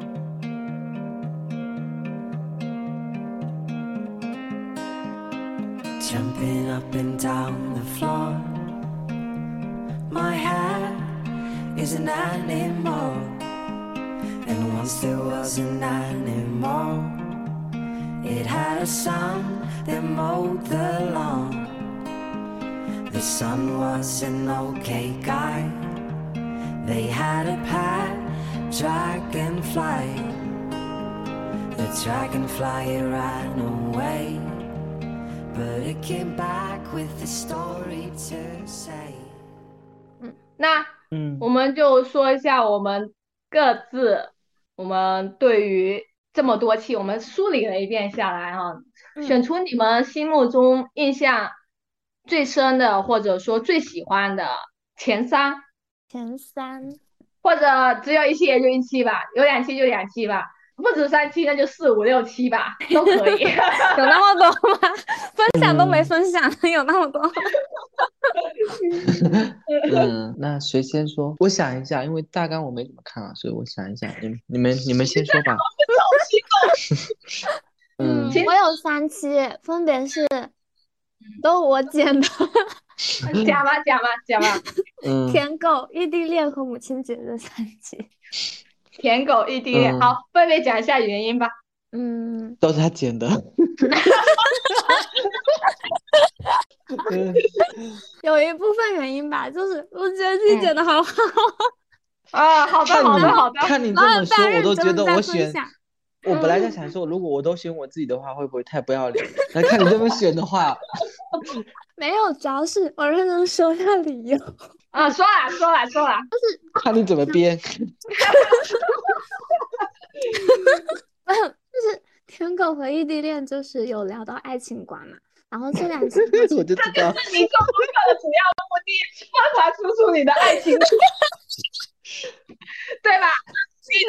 Jumping up and down the floor, my head is an animal, and once there was an animal. It had a son that mowed the lawn. The son was an okay guy. They had a pet dragonfly. The dragonfly it ran away, but it came back with a story to say. 嗯，那嗯， 我们就说一下我们各自，我们对于这么多期，我们梳理了一遍下来哈， 嗯、 选出你们心目中印象最深的，或者说最喜欢的前三， 前三，或者只有一期也就一期吧，有两期就两期吧。不止三期，那就四五六七吧，都可以。 有那么多吗？分享都没分享，嗯、有那么多。 嗯，那谁先说？我想一下，因为大纲我没怎么看啊，所以我想一下，你们你们你们先说吧。 嗯，我有三期，分别是都我剪的。 讲吧讲吧讲吧。 嗯， 舔狗、异地恋和母亲节这三期。 舔狗异地恋、嗯、好，分别讲一下原因吧。 嗯， 都是他剪的。 有一部分原因吧，就是我觉得自己剪的好好。 嗯、啊，好的好的好的。 看你这么说，我都觉得我选。我本来在嗯想说，如果我都选我自己的话，会不会太不要脸？但看你这么选的话， 没有，主要是我认真说一下理由。 啊，说啦说啦说啦， 就是看你怎么编。 就是舔狗和异地恋，就是有聊到爱情观嘛。然后这两期我就知道， 这就是你做播客的主要目的，发传输出你的爱情，对吧？ 你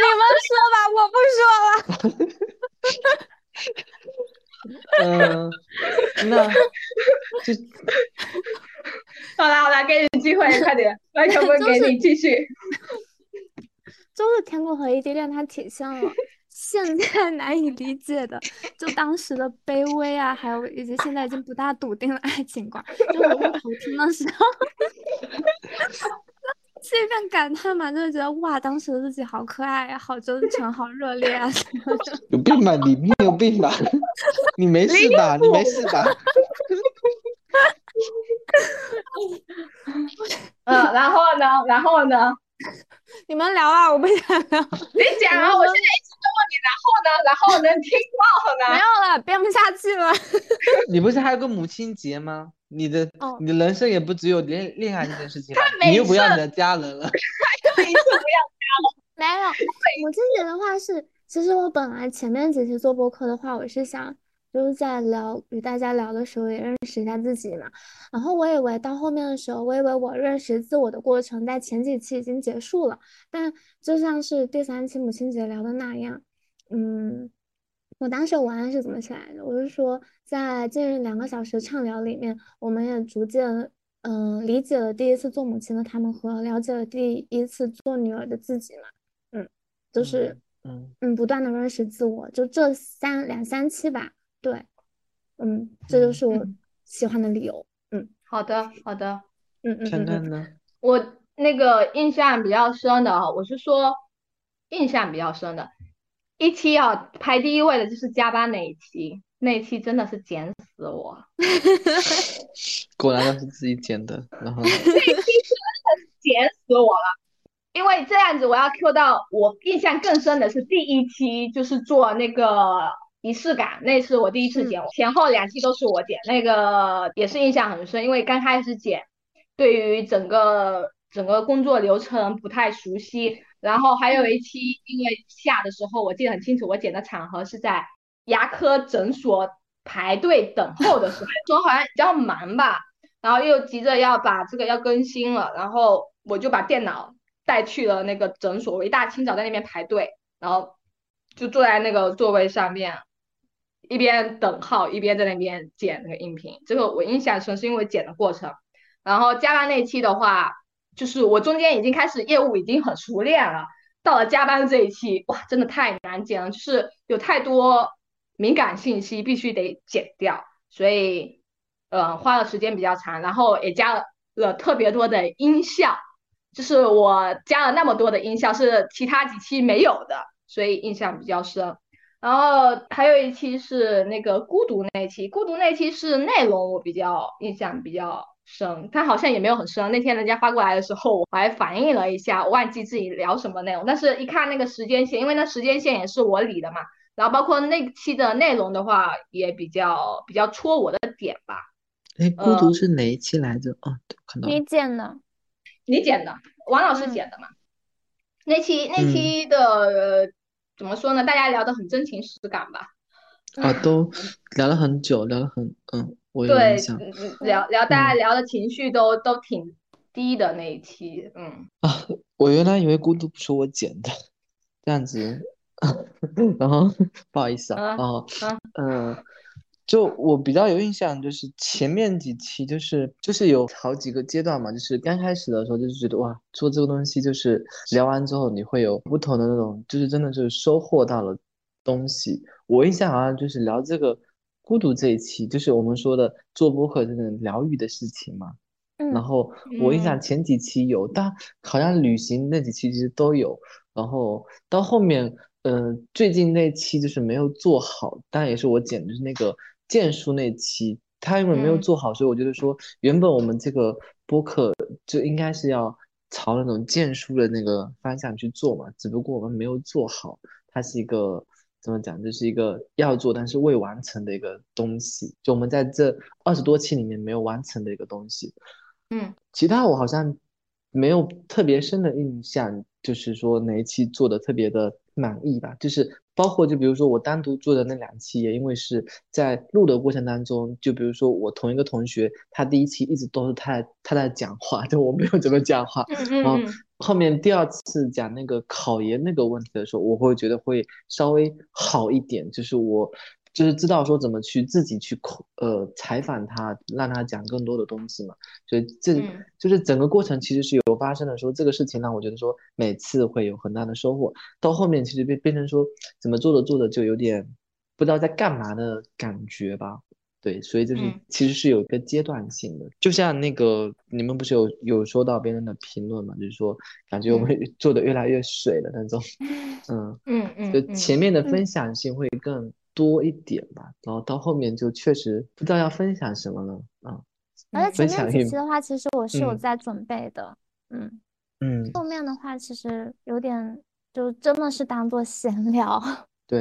们说吧，我不说了。 嗯，那就好了好了，给你机会，快点，麦克风给你继续。 就是舔狗和异地恋，它体现了现在难以理解的，就当时的卑微啊，还有以及现在已经不大笃定的爱情观。就我刚听的时候，是一片感叹嘛，就是觉得哇，当时的自己好可爱，好真诚，好热烈啊什么的。 有病吧你？你有病吧？你没事吧？你没事吧？ 嗯，然后呢？然后呢？ 你们聊啊，我不想聊。 你讲啊！我现在一直都问你，然后呢？ 然后能听到没呢？ 有了，编不下去了。 你不是还有个母亲节吗？你的哦， 你的人生也不只有恋恋爱这件事情吧？你每次又不要你的家人了。 每一次不要。 没有，母亲节的话是，其实我本来前面几期做播客的话，我是想就是在聊与大家聊的时候也认识一下自己嘛。然后我以为到后面的时候，我以为我认识自我的过程在前几期已经结束了，但就像是第三期母亲节聊的那样，嗯，我当时文案是怎么写来的？我是说，在近两个小时畅聊里面，我们也逐渐嗯理解了第一次做母亲的他们和了解了第一次做女儿的自己嘛。嗯，就是嗯嗯，不断的认识自我，就这三两三期吧，对，嗯，这就是我嗯喜欢的理由，嗯好的，好的。 嗯嗯看嗯嗯， 看呢？ 我那个印象比较深的啊，我是说印象比较深的一期啊，排第一位的就是加班那一期，那一期真的是剪死我， 果然都是自己剪的，然后剪死我了。因为这样子，我要 Q 到我印象更深的是第一期，就是做那个仪式感，那是我第一次剪，前后两期都是我剪，那个也是印象很深，因为刚开始剪，对于整个整个工作流程不太熟悉，然后还有一期，因为下的时候我记得很清楚，我剪的场合是在牙科诊所排队等候的时候，说好像比较忙吧，然后又急着要把这个要更新了，然后我就把电脑带去了那个诊所，我一大清早在那边排队，然后就坐在那个座位上面，一边等号一边在那边剪那个音频。这个我印象深，是因为剪的过程。然后加班那期的话，就是我中间已经开始业务已经很熟练了，到了加班这一期，哇，真的太难剪了，就是有太多敏感信息必须得剪掉，所以呃花了时间比较长，然后也加了了特别多的音效。就是我加了那么多的音效是其他几期没有的，所以印象比较深。然后还有一期是那个孤独那一期，孤独那一期是内容我比较印象比较深，它好像也没有很深。那天人家发过来的时候，我还反应了一下，忘记自己聊什么内容，但是一看那个时间线，因为那时间线也是我理的嘛，然后包括那期的内容的话，也比较比较戳我的点吧。 哎，孤独是哪一期来着？哦，对看到了。 你剪的， 你剪的，王老师嗯剪的嘛？那期那嗯， 期的、呃怎么说呢？大家聊得很真情实感吧？ 哦， 嗯， 都聊了很久，聊了很，嗯，我有印对， 象。 嗯嗯聊聊大家嗯聊的情绪都都挺低的那一期，嗯。 啊，我原来以为孤独不是我剪的，这样子，然后不好意思啊， 嗯然后嗯嗯，就我比较有印象，就是前面几期，就是就是有好几个阶段嘛，就是刚开始的时候，就是觉得哇，做这个东西，就是聊完之后，你会有不同的那种，就是真的是收获到了东西。我印象好像就是聊这个孤独这一期，就是我们说的做播客这种疗愈的事情嘛。然嗯后我印象嗯前几期有，但好像旅行那几期其实都有。然后到后面，嗯、最近那期就是没有做好，当然也是我剪的，就是那个剑书那期，他因为没有嗯做好，所以我觉得说，原本我们这个播客就应该是要朝那种剑书的那个方向去做嘛，只不过我们没有做好，它是一个怎么讲，就是一个要做但是未完成的一个东西，就我们在这二十多期里面没有完成的一个东西。 嗯其他我好像没有特别深的印象，就是说哪一期做的特别的满意吧。就是包括就比如说我单独做的那两期，也因为是在录的过程当中，就比如说我同一个同学，他第一期一直都是他他在讲话，就我没有怎么讲话， 嗯然后嗯嗯后面第二次讲那个考研那个问题的时候，我会觉得会稍微好一点，就是我就是知道说怎么去自己去口呃采访他，让他讲更多的东西嘛。所以这嗯就是整个过程其实是有发生的说这个事情让我觉得说每次会有很大的收获，到后面其实变变成说怎么做着做着就有点不知道在干嘛的感觉吧。对，所以就是嗯其实是有一个阶段性的，就像那个你们不是有有说到别人的评论嘛，就是说感觉我们做的越来越水了那种，嗯， 嗯就嗯嗯前面的分嗯， 享性会更多一点吧，然后到后面就确实不知道要分享什么了啊， 而且前面分享欲， 几期的话，其实我是有嗯在准备的，嗯， 嗯， 后面的话其实有点就真的是当做闲聊， 对。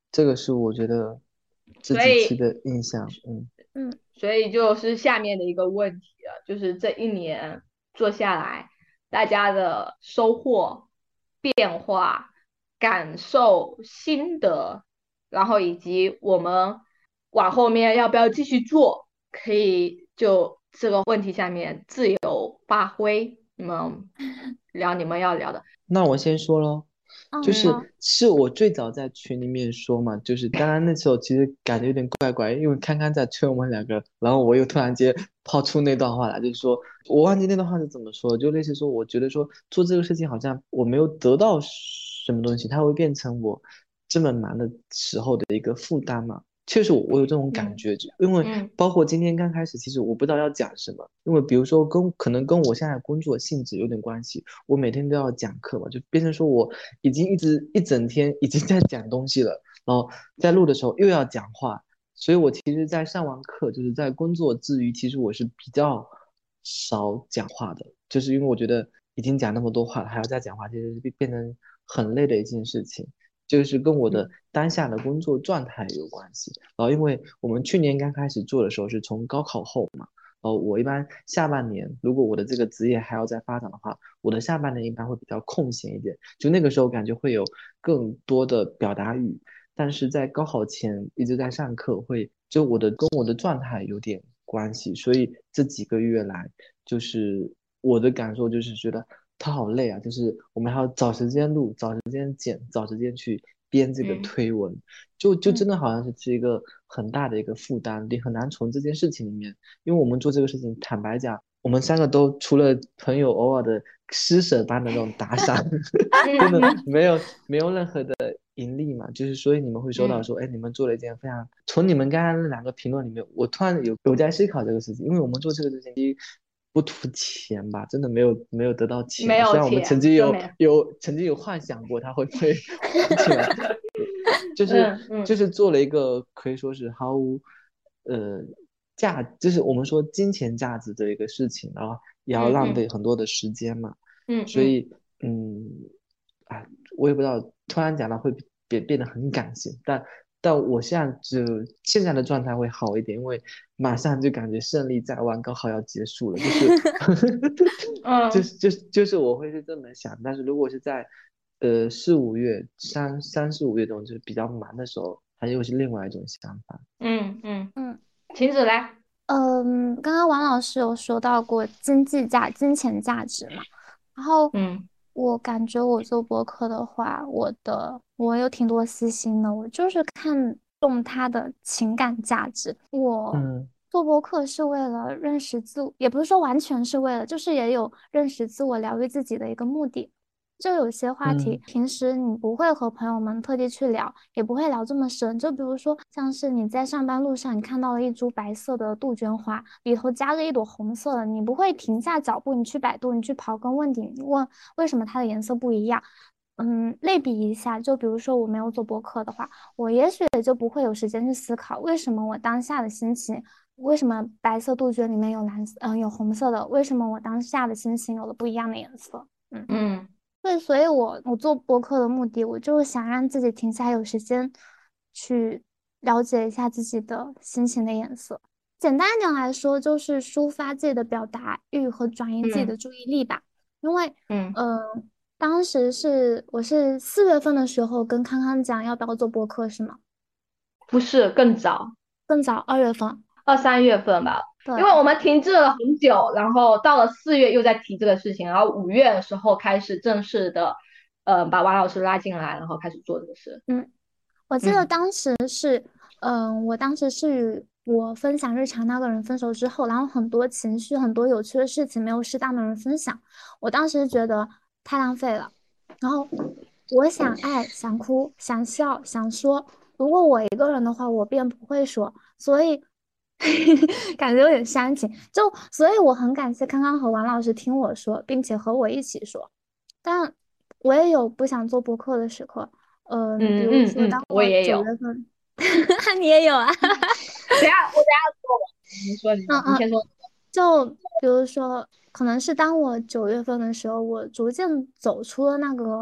这个是我觉得这所以几期的印象。嗯嗯所以就是下面的一个问题了，就是这一年做下来，大家的收获、变化、感受、心得，然后以及我们往后面要不要继续做，可以就这个问题下面自由发挥，你们聊你们要聊的。 那我先说咯，就嗯， 嗯好， 是是我最早在群里面说嘛，就是当然那时候其实感觉有点怪怪，因为康康在催我们两个，然后我又突然间抛出那段话来，就是说我忘记那段话是怎么说，就类似说我觉得说做这个事情好像我没有得到什么东西，它会变成我这么忙的时候的一个负担嘛。确实我，我有这种感嗯觉，就因为嗯包括今天刚开始，其实我不知道要讲什么，因为比如说跟可能跟我现在工作性质有点关系，我每天都要讲课嘛，就变成说我已经一直一整天已经在讲东西了，然后在录的时候又要讲话，所以我其实，在上完课，就是在工作之余，其实我是比较少讲话的，就是因为我觉得已经讲那么多话了，还要再讲话，其实是变变成很累的一件事情。就是跟我的当下的工作状态有关系。然后，因为我们去年刚开始做的时候是从高考后嘛，然后我一般下半年如果我的这个职业还要再发展的话，我的下半年一般会比较空闲一点，就那个时候感觉会有更多的表达欲。但是在高考前一直在上课，会就我的跟我的状态有点关系，所以这几个月来，就是我的感受就是觉得他好累啊，就是我们还要找时间录，找时间剪，找时间去编这个嗯推文，就就真嗯的好像是是一个很大的一个负担，你很难从这件事情里面，因为我们做这个事情，坦白讲，我们三个都除了朋友偶尔的施舍般的那种打赏，真的嗯没有没有任何的盈利嘛，就是所以你们会收到嗯说，哎，你们做了一件非常，从你们刚刚那两个评论里面，我突然有有在思考这个事情，因为我们做这个事情，第一不图钱吧，真的没有没有得到钱啊， 没有虽然我们曾钱， 经有真没有。 有曾经有幻想过他会不会还起来，就是嗯嗯就是做了一个可以说是毫无呃价，就是我们说金钱价值的一个事情，然后也要浪嗯嗯费很多的时间嘛。 嗯嗯所以，嗯，啊，我也不知道，突然讲到会变变得很感性，但但我现在就现在的状态会好一点，因为马上就感觉胜利在望，高考要结束了，就是就嗯是就是就是我会是这么想，但是如果是在呃四五月三三四五月这种就是比较忙的时候，它又是另外一种想法。 嗯嗯， 嗯晴子来。 嗯，刚刚王老师有说到过经济价、金钱价值嘛，然后嗯我感觉我做播客的话，我的我有挺多私心的，我就是看重他的情感价值。我嗯做播客是为了认识自我，也不是说完全是为了，就是也有认识自我、疗愈自己的一个目的。就有些话题， 嗯平时你不会和朋友们特地去聊，也不会聊这么深。就比如说，像是你在上班路上，你看到了一株白色的杜鹃花，里头夹着一朵红色的，你不会停下脚步，你去百度，你去刨根问底，问为什么它的颜色不一样。嗯，类比一下，就比如说我没有做播客的话，我也许也就不会有时间去思考为什么我当下的心情，为什么白色杜鹃里面有蓝色，嗯、有红色的，为什么我当下的心情有了不一样的颜色。嗯。 嗯对，所以我我做播客的目的，我就是想让自己停下来，有时间去了解一下自己的心情的颜色。简单一点来说，就是抒发自己的表达欲和转移自己的嗯注意力吧。因为， 嗯嗯、当时是我是四月份的时候跟康康讲要不要做播客，是吗？ 不是更早， 更早，二月份。 二三月份吧，因为对， 我们停滞了很久，然后到了四月又在提这个事情，然后五月的时候开始正式的，呃，把王老师拉进来，然后开始做这个事。 嗯，我记得嗯当时是，嗯、我当时是与我分享日常那个人分手之后，然后很多情绪、很多有趣的事情没有适当的人分享，我当时觉得太浪费了。然后我想爱、想哭、想笑、想说，如果我一个人的话，我便不会说，所以感觉有点煽情。就所以我很感谢康康和王老师听我说，并且和我一起说，但我也有不想做播客的时刻。嗯，比嗯如说， 嗯嗯， 当我我也有。 九月份，你也有啊？ 等下我等下说吧，你说你嗯嗯， 你先说。 就比如说，可能是当我九月份的时候，我逐渐走出了那个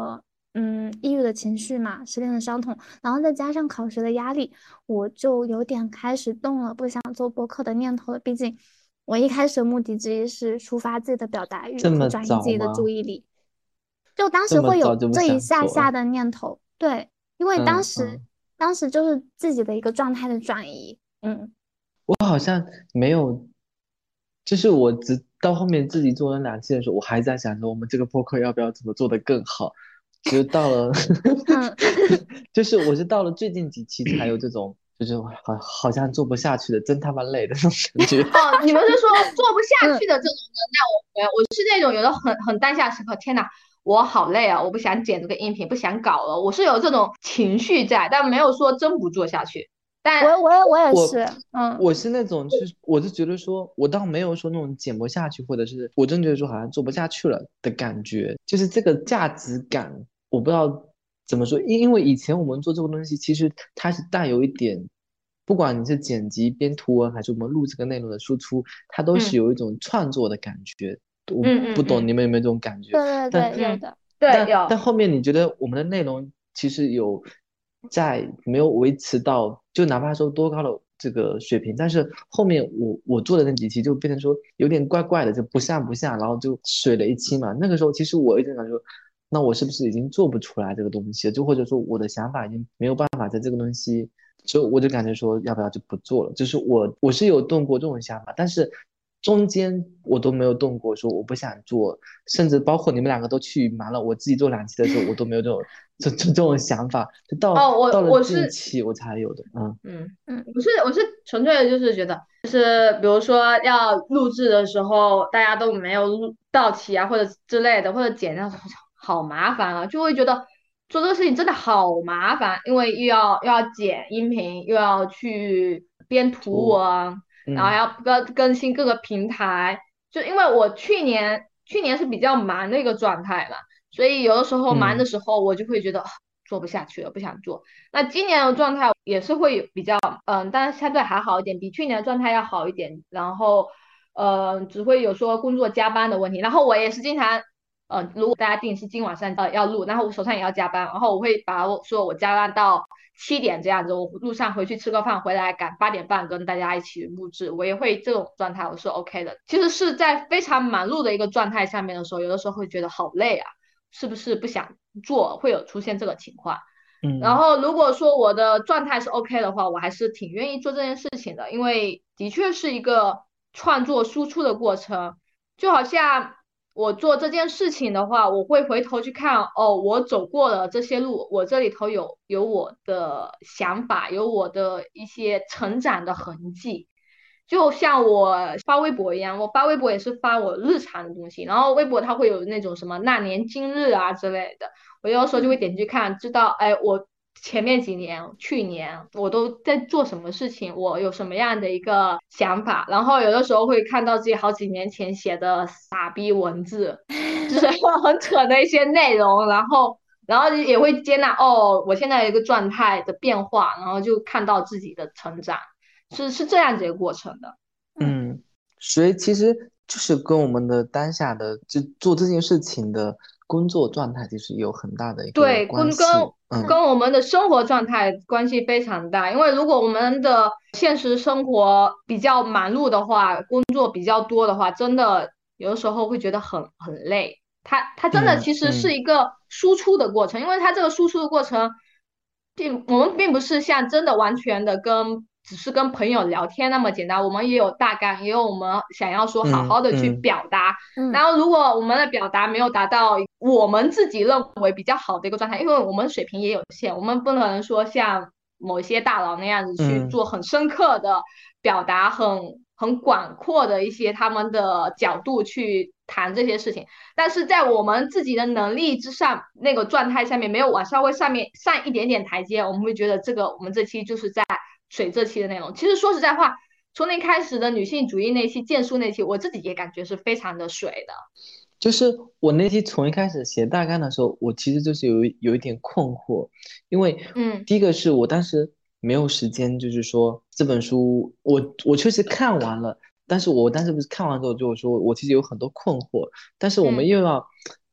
嗯抑郁的情绪嘛，失恋的伤痛，然后再加上考试的压力，我就有点开始动了不想做播客的念头了。毕竟我一开始的目的之一是抒发自己的表达欲和这么转移自己的注早吗？ 意力，就当这么时会有早就不想这一下做了？ 下的念头。对，因为当时嗯嗯， 当时就是自己的一个状态的转移。嗯。 我好像没有，就是我直到后面自己做了两期的时候，我还在想着我们这个播客要不要怎么做得更好。只有到了嗯就是我是到了最近几期才有这种，就是好好像做不下去的，真他妈累的那种感觉。 哦，你们是说做不下嗯去的这种人？那我没有，我是那种有的很很当下时刻，天哪，我好累啊，我不想剪这个音频，不想搞了，我是有这种情绪在，但没有说真不做下去。但我我也我也我是。嗯我是那种，就是我是觉得说，我倒没有说那种剪不下去，或者是我真觉得说好像做不下去了的感觉，就是这个价值感，我不知道怎么说，因因为以前我们做这个东西，其实它是带有一点，不管你是剪辑、编图文，还是我们录这个内容的输出，它都是嗯有一种创作的感觉。我嗯嗯不懂你嗯们有没有这种感觉， 对对但对，有嗯， 的。 对， 但但有， 后面你觉得我们的内容其实有在没有维持到，就哪怕说多高的这个水平，但是后面我我做的那几期就变成说有点怪怪的，就不上不下，然后就水了一期嘛。那个时候其实我一直想说，那我是不是已经做不出来这个东西了？就或者说我的想法已经没有办法在这个东西，所以我就感觉说要不要就不做了。就是我我是有动过这种想法，但是中间我都没有动过说我不想做，甚至包括你们两个都去忙了，我自己做两期的时候，我都没有这种这这这种想法，就到哦，我到了我是近期我才有的。嗯嗯， 嗯我是我是纯粹的，就是觉得，就是比如说要录制的时候，大家都没有录到齐啊，或者之类的，或者剪的时候好麻烦啊，就会觉得做这个事情真的好麻烦，因为又要又要剪音频，又要去编图图文，然后还嗯要更更新各个平台，就因为我去年去年是比较忙的一个状态嘛，所以有的时候忙的嗯时候，我就会觉得啊做不下去了，不想做。那今年的状态也是会有比较，嗯，但是相对还好一点，比去年的状态要好一点。然后，呃，只会有说工作加班的问题。然后我也是经常，呃，如果大家定是今晚上呃要录，然后我手上也要加班，然后我会把我说我加班到七点这样子，我路上回去吃个饭，回来赶八点半跟大家一起录制，我也会这种状态，我是 OK 的。其实是在非常忙碌的一个状态下面的时候，有的时候会觉得好累啊，是不是不想做，会有出现这个情况。然嗯后如果说我的状态是 OK 的话，我还是挺愿意做这件事情的，因为的确是一个创作输出的过程。就好像我做这件事情的话，我会回头去看，哦，我走过了这些路，我这里头有有我的想法，有我的一些成长的痕迹。就像我发微博一样，我发微博也是发我日常的东西，然后微博它会有那种什么那年今日啊之类的。我有的时候就会点进去看，知道哎，我前面几年、去年我都在做什么事情，我有什么样的一个想法，然后有的时候会看到自己好几年前写的傻逼文字，就是很蠢的一些内容，然后然后也会接纳哦，我现在有一个状态的变化，然后就看到自己的成长，是是这样子一个过程的。 嗯嗯，所以其实就是跟我们的当下的就做这件事情的工作状态，其实有很大的一个对，跟跟关系。嗯跟我们的生活状态关系非常大，因为如果我们的现实生活比较忙碌的话，工作比较多的话，真的有的时候会觉得很很累。它它真的其实是嗯嗯一个输出的过程，因为它这个输出的过程，并我们并不是像真的完全的跟只是跟朋友聊天那么简单，我们也有大纲，也有我们想要说好好的去嗯嗯表达。 嗯然后，如果我们的表达没有达到我们自己认为比较好的一个状态，因为我们水平也有限，我们不能说像某些大佬那样子去嗯做很深刻的表达，很很广阔的一些他们的角度去谈这些事情。但是在我们自己的能力之上，那个状态下面没有往稍微上面上一点点台阶，我们会觉得这个我们这期就是在水这期的内容。其实说实在话，从那开始的女性主义那期、剑术那期，我自己也感觉是非常的水的。 就是我那期从一开始写大纲的时候，我其实就是有一有一点困惑，因为嗯第一个是我当时没有时间，就是说这本书我我确实看完了，但是我当时不是看完之后就说我其实有很多困惑，但是我们嗯又要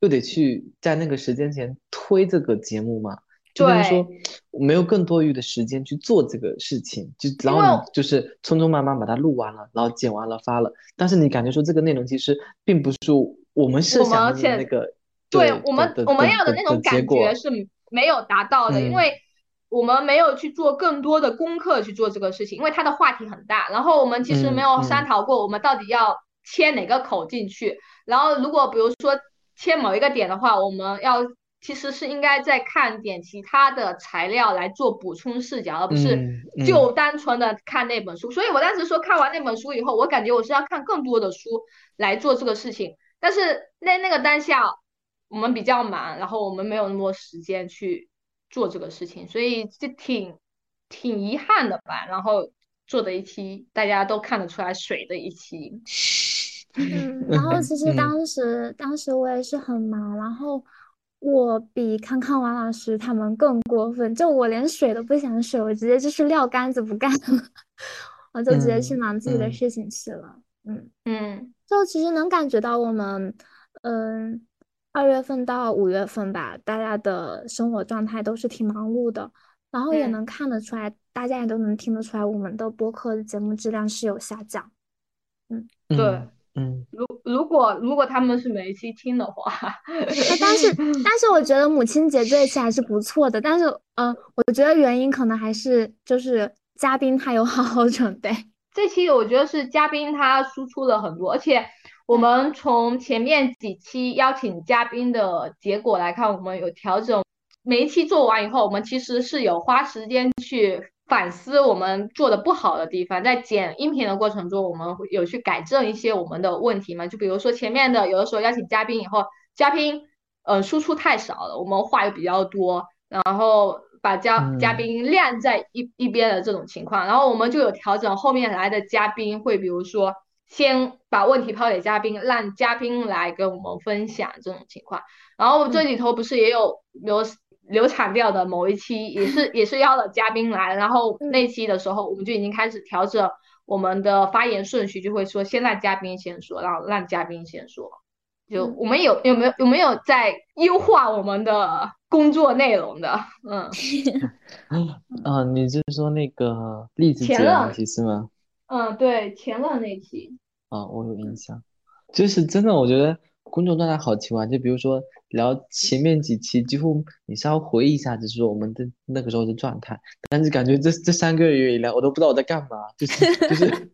又得去在那个时间前推这个节目嘛，就变成说没有更多余的时间去做这个事情，就然后你就是匆匆忙忙把它录完了，然后剪完了发了，但是你感觉说这个内容其实并不是我们设想的那个， 对对我们我们要的那种感觉是没有达到的， 嗯、 因为我们没有去做更多的功课去做这个事情，因为它的话题很大，然后我们其实没有商讨过我们到底要切哪个口进去，嗯嗯、然后如果比如说切某一个点的话，我们要其实是应该再看点其他的材料来做补充视角，而不是就单纯的看那本书。嗯嗯、所以我当时说看完那本书以后，我感觉我是要看更多的书来做这个事情，但是那那个当下我们比较忙，然后我们没有那么多时间去做这个事情，所以就挺挺遗憾的吧。然后做的一期大家都看得出来水的一期。 嗯，然后其实当时、嗯、当时我也是很忙，然后我比康康王老师他们更过分，就我连水都不想水，我直接就是撂杆子不干了，我就直接去忙自己的事情去了。嗯嗯， 就其实能感觉到我们嗯二月份到五月份吧，大家的生活状态都是挺忙碌的，然后也能看得出来、嗯、大家也都能听得出来我们的播客的节目质量是有下降。嗯， 对。 嗯， 如如果如果他们是每一期听的话， 那但是但是我觉得母亲节这一期还是不错的，但是嗯、呃，我觉得原因可能还是就是嘉宾他有好好准备。 这期我觉得是嘉宾他输出了很多，而且我们从前面几期邀请嘉宾的结果来看，我们有调整。每一期做完以后，我们其实是有花时间去反思我们做的不好的地方，在剪音频的过程中，我们有去改正一些我们的问题嘛。就比如说前面的，有的时候邀请嘉宾以后，嘉宾呃输出太少了，我们话又比较多，然后把嘉嘉宾晾在一一边的这种情况，然后我们就有调整后面来的嘉宾，会比如说先把问题抛给嘉宾，让嘉宾来跟我们分享这种情况。然后这里头不是也有有流产掉的某一期也是也是邀了嘉宾来，然后那期的时候我们就已经开始调整我们的发言顺序，就会说先让嘉宾先说，然后让嘉宾先说。就我们有有没有有没有在优化我们的工作内容的？嗯， 啊，你是说那个栗子姐那期是吗？ 嗯，对，前任那期。 啊，我有印象，就是真的，我觉得工作状态好奇怪。就比如说聊前面几期，几乎你稍微回忆一下，就是说我们的那个时候的状态，但是感觉这这三个月以来，我都不知道我在干嘛，就是就是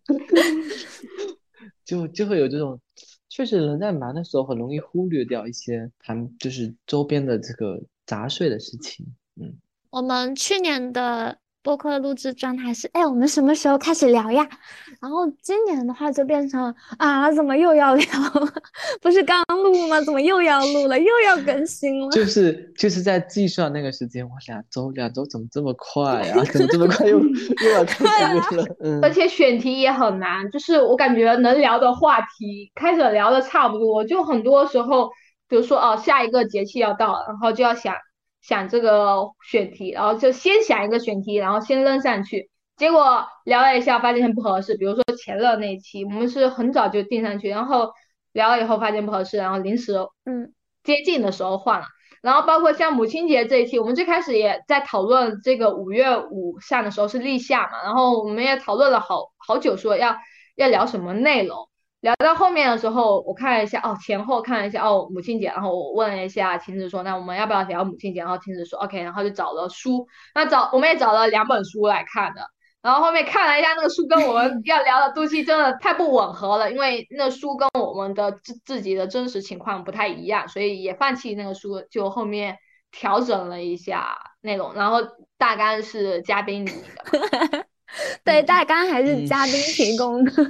就就会有这种，确实人在忙的时候很容易忽略掉一些谈就是周边的这个杂碎的事情。嗯， 我们去年的播客录制状态是，哎，我们什么时候开始聊呀？然后今年的话就变成啊，怎么又要聊？不是刚录吗？怎么又要录了？又要更新了？ 就是就是在计算那个时间，哇，两周两周怎么这么快啊？怎么这么快又又要开始录了？嗯， 而且选题也很难，就是我感觉能聊的话题开始聊的差不多，就很多时候，比如说哦，下一个节气要到，然后就要想。想这个选题，然后就先想一个选题，然后先扔上去，结果聊了一下发现不合适，比如说前任那一期我们是很早就定上去，然后聊了以后发现不合适，然后临时嗯接近的时候换了，然后包括像母亲节这一期，我们最开始也在讨论这个五月五上的时候是立夏嘛，然后我们也讨论了好好久说要要聊什么内容。聊到后面的时候，我看了一下哦，前后看了一下哦，母亲节，然后我问了一下晴子说，那我们要不要聊母亲节？然后晴子说 OK， 然后就找了书，那找我们也找了两本书来看的，然后后面看了一下那个书跟我们要聊的东西真的太不吻合了，因为那书跟我们的自自己的真实情况不太一样，所以也放弃那个书，就后面调整了一下内容，然后大纲是嘉宾拟的， 对，大纲还是嘉宾提供的。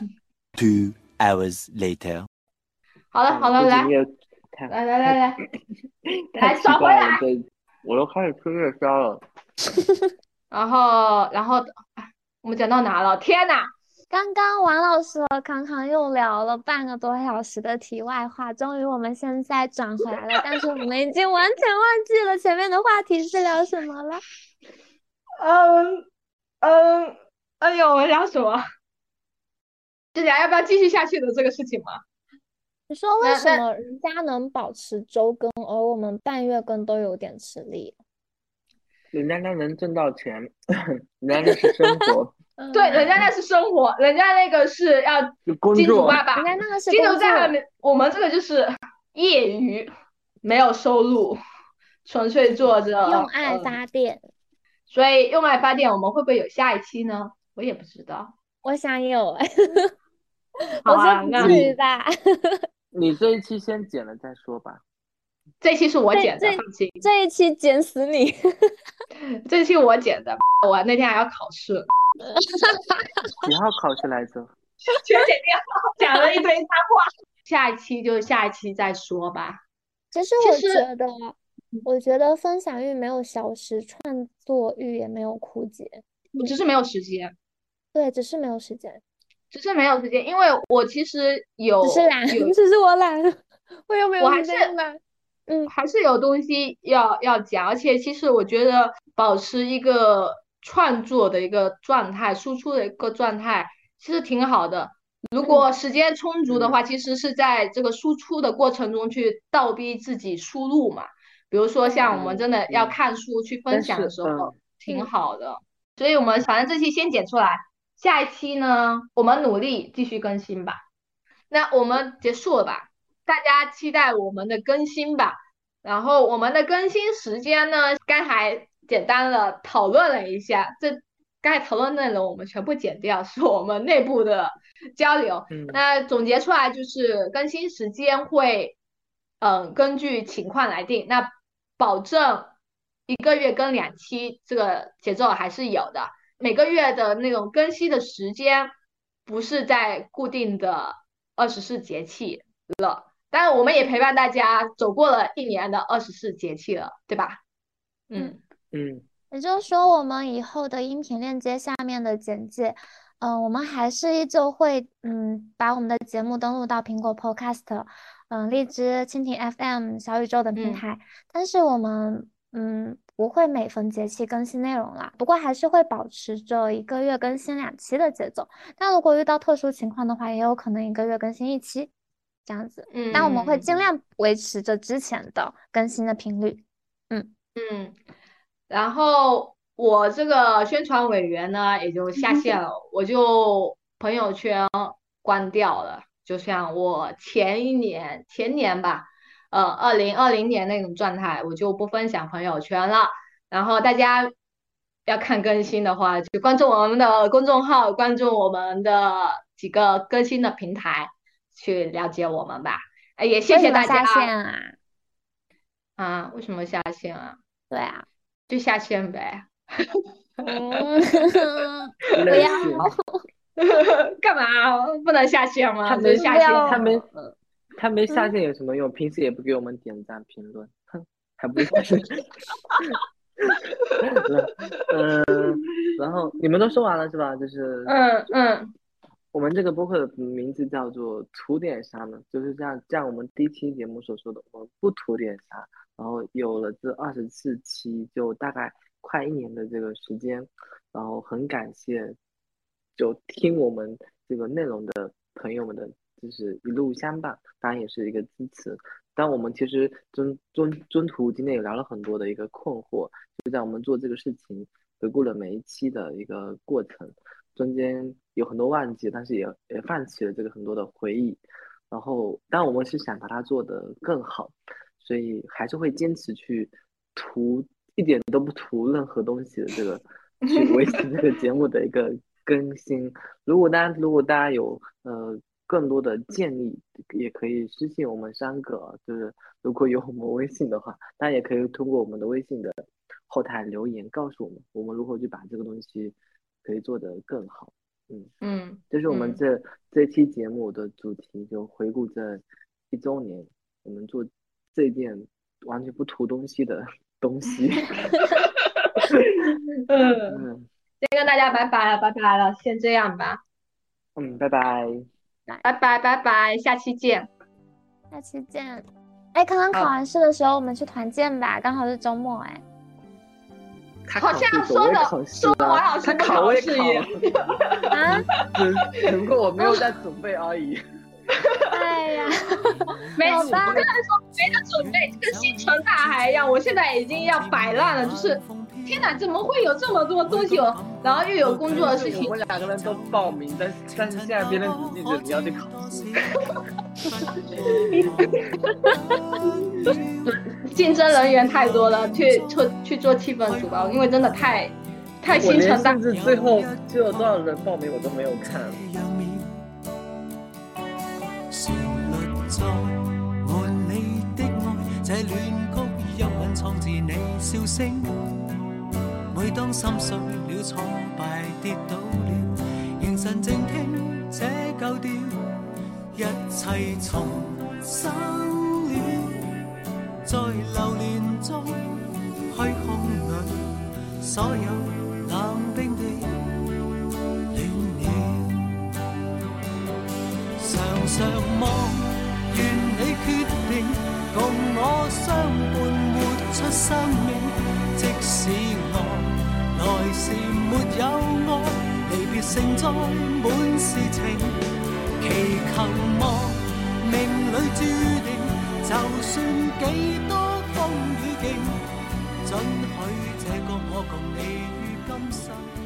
Two hours later， 好了好了，来来来来来，来转回来， 我都开始吃夜宵了。 然后然后我们讲到哪了？天哪！ 刚刚王老师和康康又聊了半个多小时的题外话，终于我们现在转回来了，但是我们已经完全忘记了前面的话题是聊什么了。 嗯嗯，哎呦，我聊什么？就聊要不要继续下去的这个事情吗？ 你说为什么人家能保持周更，而我们半月更都有点吃力？ 人家那能挣到钱，人家那是生活。 对，人家那是生活，人家那个是要金主爸爸， 人家那个是金主在外面，我们这个就是业余，没有收入，纯粹做着用爱发电、 呃。所以用爱发电，我们会不会有下一期呢？我也不知道。 我想有哎、 欸，我说不至于吧。 你这一期先剪了再说吧。 这一期是我剪的，放心。 这一期剪死你！ 这一期我剪的，我那天还要考试。 几号考试来着？ 全剪掉，讲了一堆脏话。下一期就下一期再说吧。 其实我觉得，我觉得分享欲没有消失，创作欲也没有枯竭， 只是没有时间。 对，只是没有时间， 只是没有时间，因为我其实有， 只是懒，只是我懒，我又没有时间懒。 嗯，还是有东西要要讲，而且其实我觉得保持一个创作的一个状态，输出的一个状态，其实挺好的。如果时间充足的话， 嗯、 其实是在这个输出的过程中去倒逼自己输入嘛。比如说像我们真的要看书、嗯、去分享的时候， 嗯、 挺好的。所以我们反正这期先剪出来，下一期呢，我们努力继续更新吧。那我们结束了吧？大家期待我们的更新吧。然后我们的更新时间呢，刚才简单的讨论了一下，这刚才讨论内容我们全部剪掉，是我们内部的交流。 嗯、 那总结出来就是更新时间会，嗯、呃，根据情况来定。那保证一个月更两期，这个节奏还是有的。每个月的那种更新的时间不是在固定的二十四节气了，但是我们也陪伴大家走过了一年的二十四节气了，对吧？嗯嗯， 也就是说，我们以后的音频链接下面的简介，嗯、呃，我们还是依旧会嗯把我们的节目登录到苹果 Podcast、嗯荔枝、蜻蜓 F M、小宇宙等平台，嗯、但是我们嗯不会每逢节气更新内容啦，不过还是会保持着一个月更新两期的节奏。但如果遇到特殊情况的话，也有可能一个月更新一期这样子。嗯，但我们会尽量维持着之前的更新的频率。嗯嗯，然后我这个宣传委员呢也就下线了，我就朋友圈关掉了。就像我前一年前年吧，呃，二零二零年那种状态，我就不分享朋友圈了。然后大家要看更新的话，就关注我们的公众号，关注我们的几个更新的平台，去了解我们吧。哎，也谢谢大家。 为什么下线啊？ 啊？为什么下线啊？ 对啊， 就下线呗。 嗯，不要。 干嘛？不能下线吗？ 他没下线， 他没他没下线有什么用？嗯、平时也不给我们点赞评论，哼，还不下线。嗯、呃，然后你们都说完了是吧？就是嗯嗯， 我们这个播客的名字叫做涂点啥呢？就是像像我们第一期节目所说的，我们不涂点啥。然后有了这二十四期，就大概快一年的这个时间，然后很感谢就听我们这个内容的朋友们的，就是一路相伴，当然也是一个支持。但我们其实中中中途今天也聊了很多的一个困惑，就在我们做这个事情，回顾了每一期的一个过程，中间有很多忘记，但是也也泛起了这个很多的回忆。然后，但我们是想把它做得更好。所以还是会坚持去涂一点都不涂任何东西的这个去维持这个节目的一个更新。如果大家如果大家有呃更多的建议，也可以私信我们三个，就是如果有我们微信的话，大家也可以通过我们的微信的后台留言告诉我们，我们如何去把这个东西可以做得更好。嗯嗯， 这是我们这、嗯、这期节目的主题，就回顾这一周年，我们做这件完全不涂东西的东西。 嗯，先跟大家拜拜了，拜拜了，先这样吧。 嗯，拜拜， 拜拜拜拜，下期见， 下期见。哎，可能考完试的时候我们去团建吧，刚好是周末哎。 好像说的说王老师他考我也考啊， 只只不过我没有在准备而已。 哎呀， 没，我好吧跟他说没得准备，跟星辰大海一样，我现在已经要摆烂了，就是天哪，怎么会有这么多东西？然后又有工作的事情我。们两个人都报名，但但是现在别人只记得你要去考试。 竞争人员太多了，去去去做气氛组吧，因为真的太太星辰大海。 甚至最后就有多少人报名我都没有看。 旋律在按你的愛，這戀曲幽隱藏自你笑聲。每當心碎了、挫敗跌倒了，凝神靜聽這舊調，一切重生了，在流連中虛空裏，所有冷冰的戀了。常常望願你決定共我相伴活出生命，即使我來時沒有愛，離別盛載滿是情，祈求望命裏注定，就算幾多風雨勁，准許這個我共你於今生。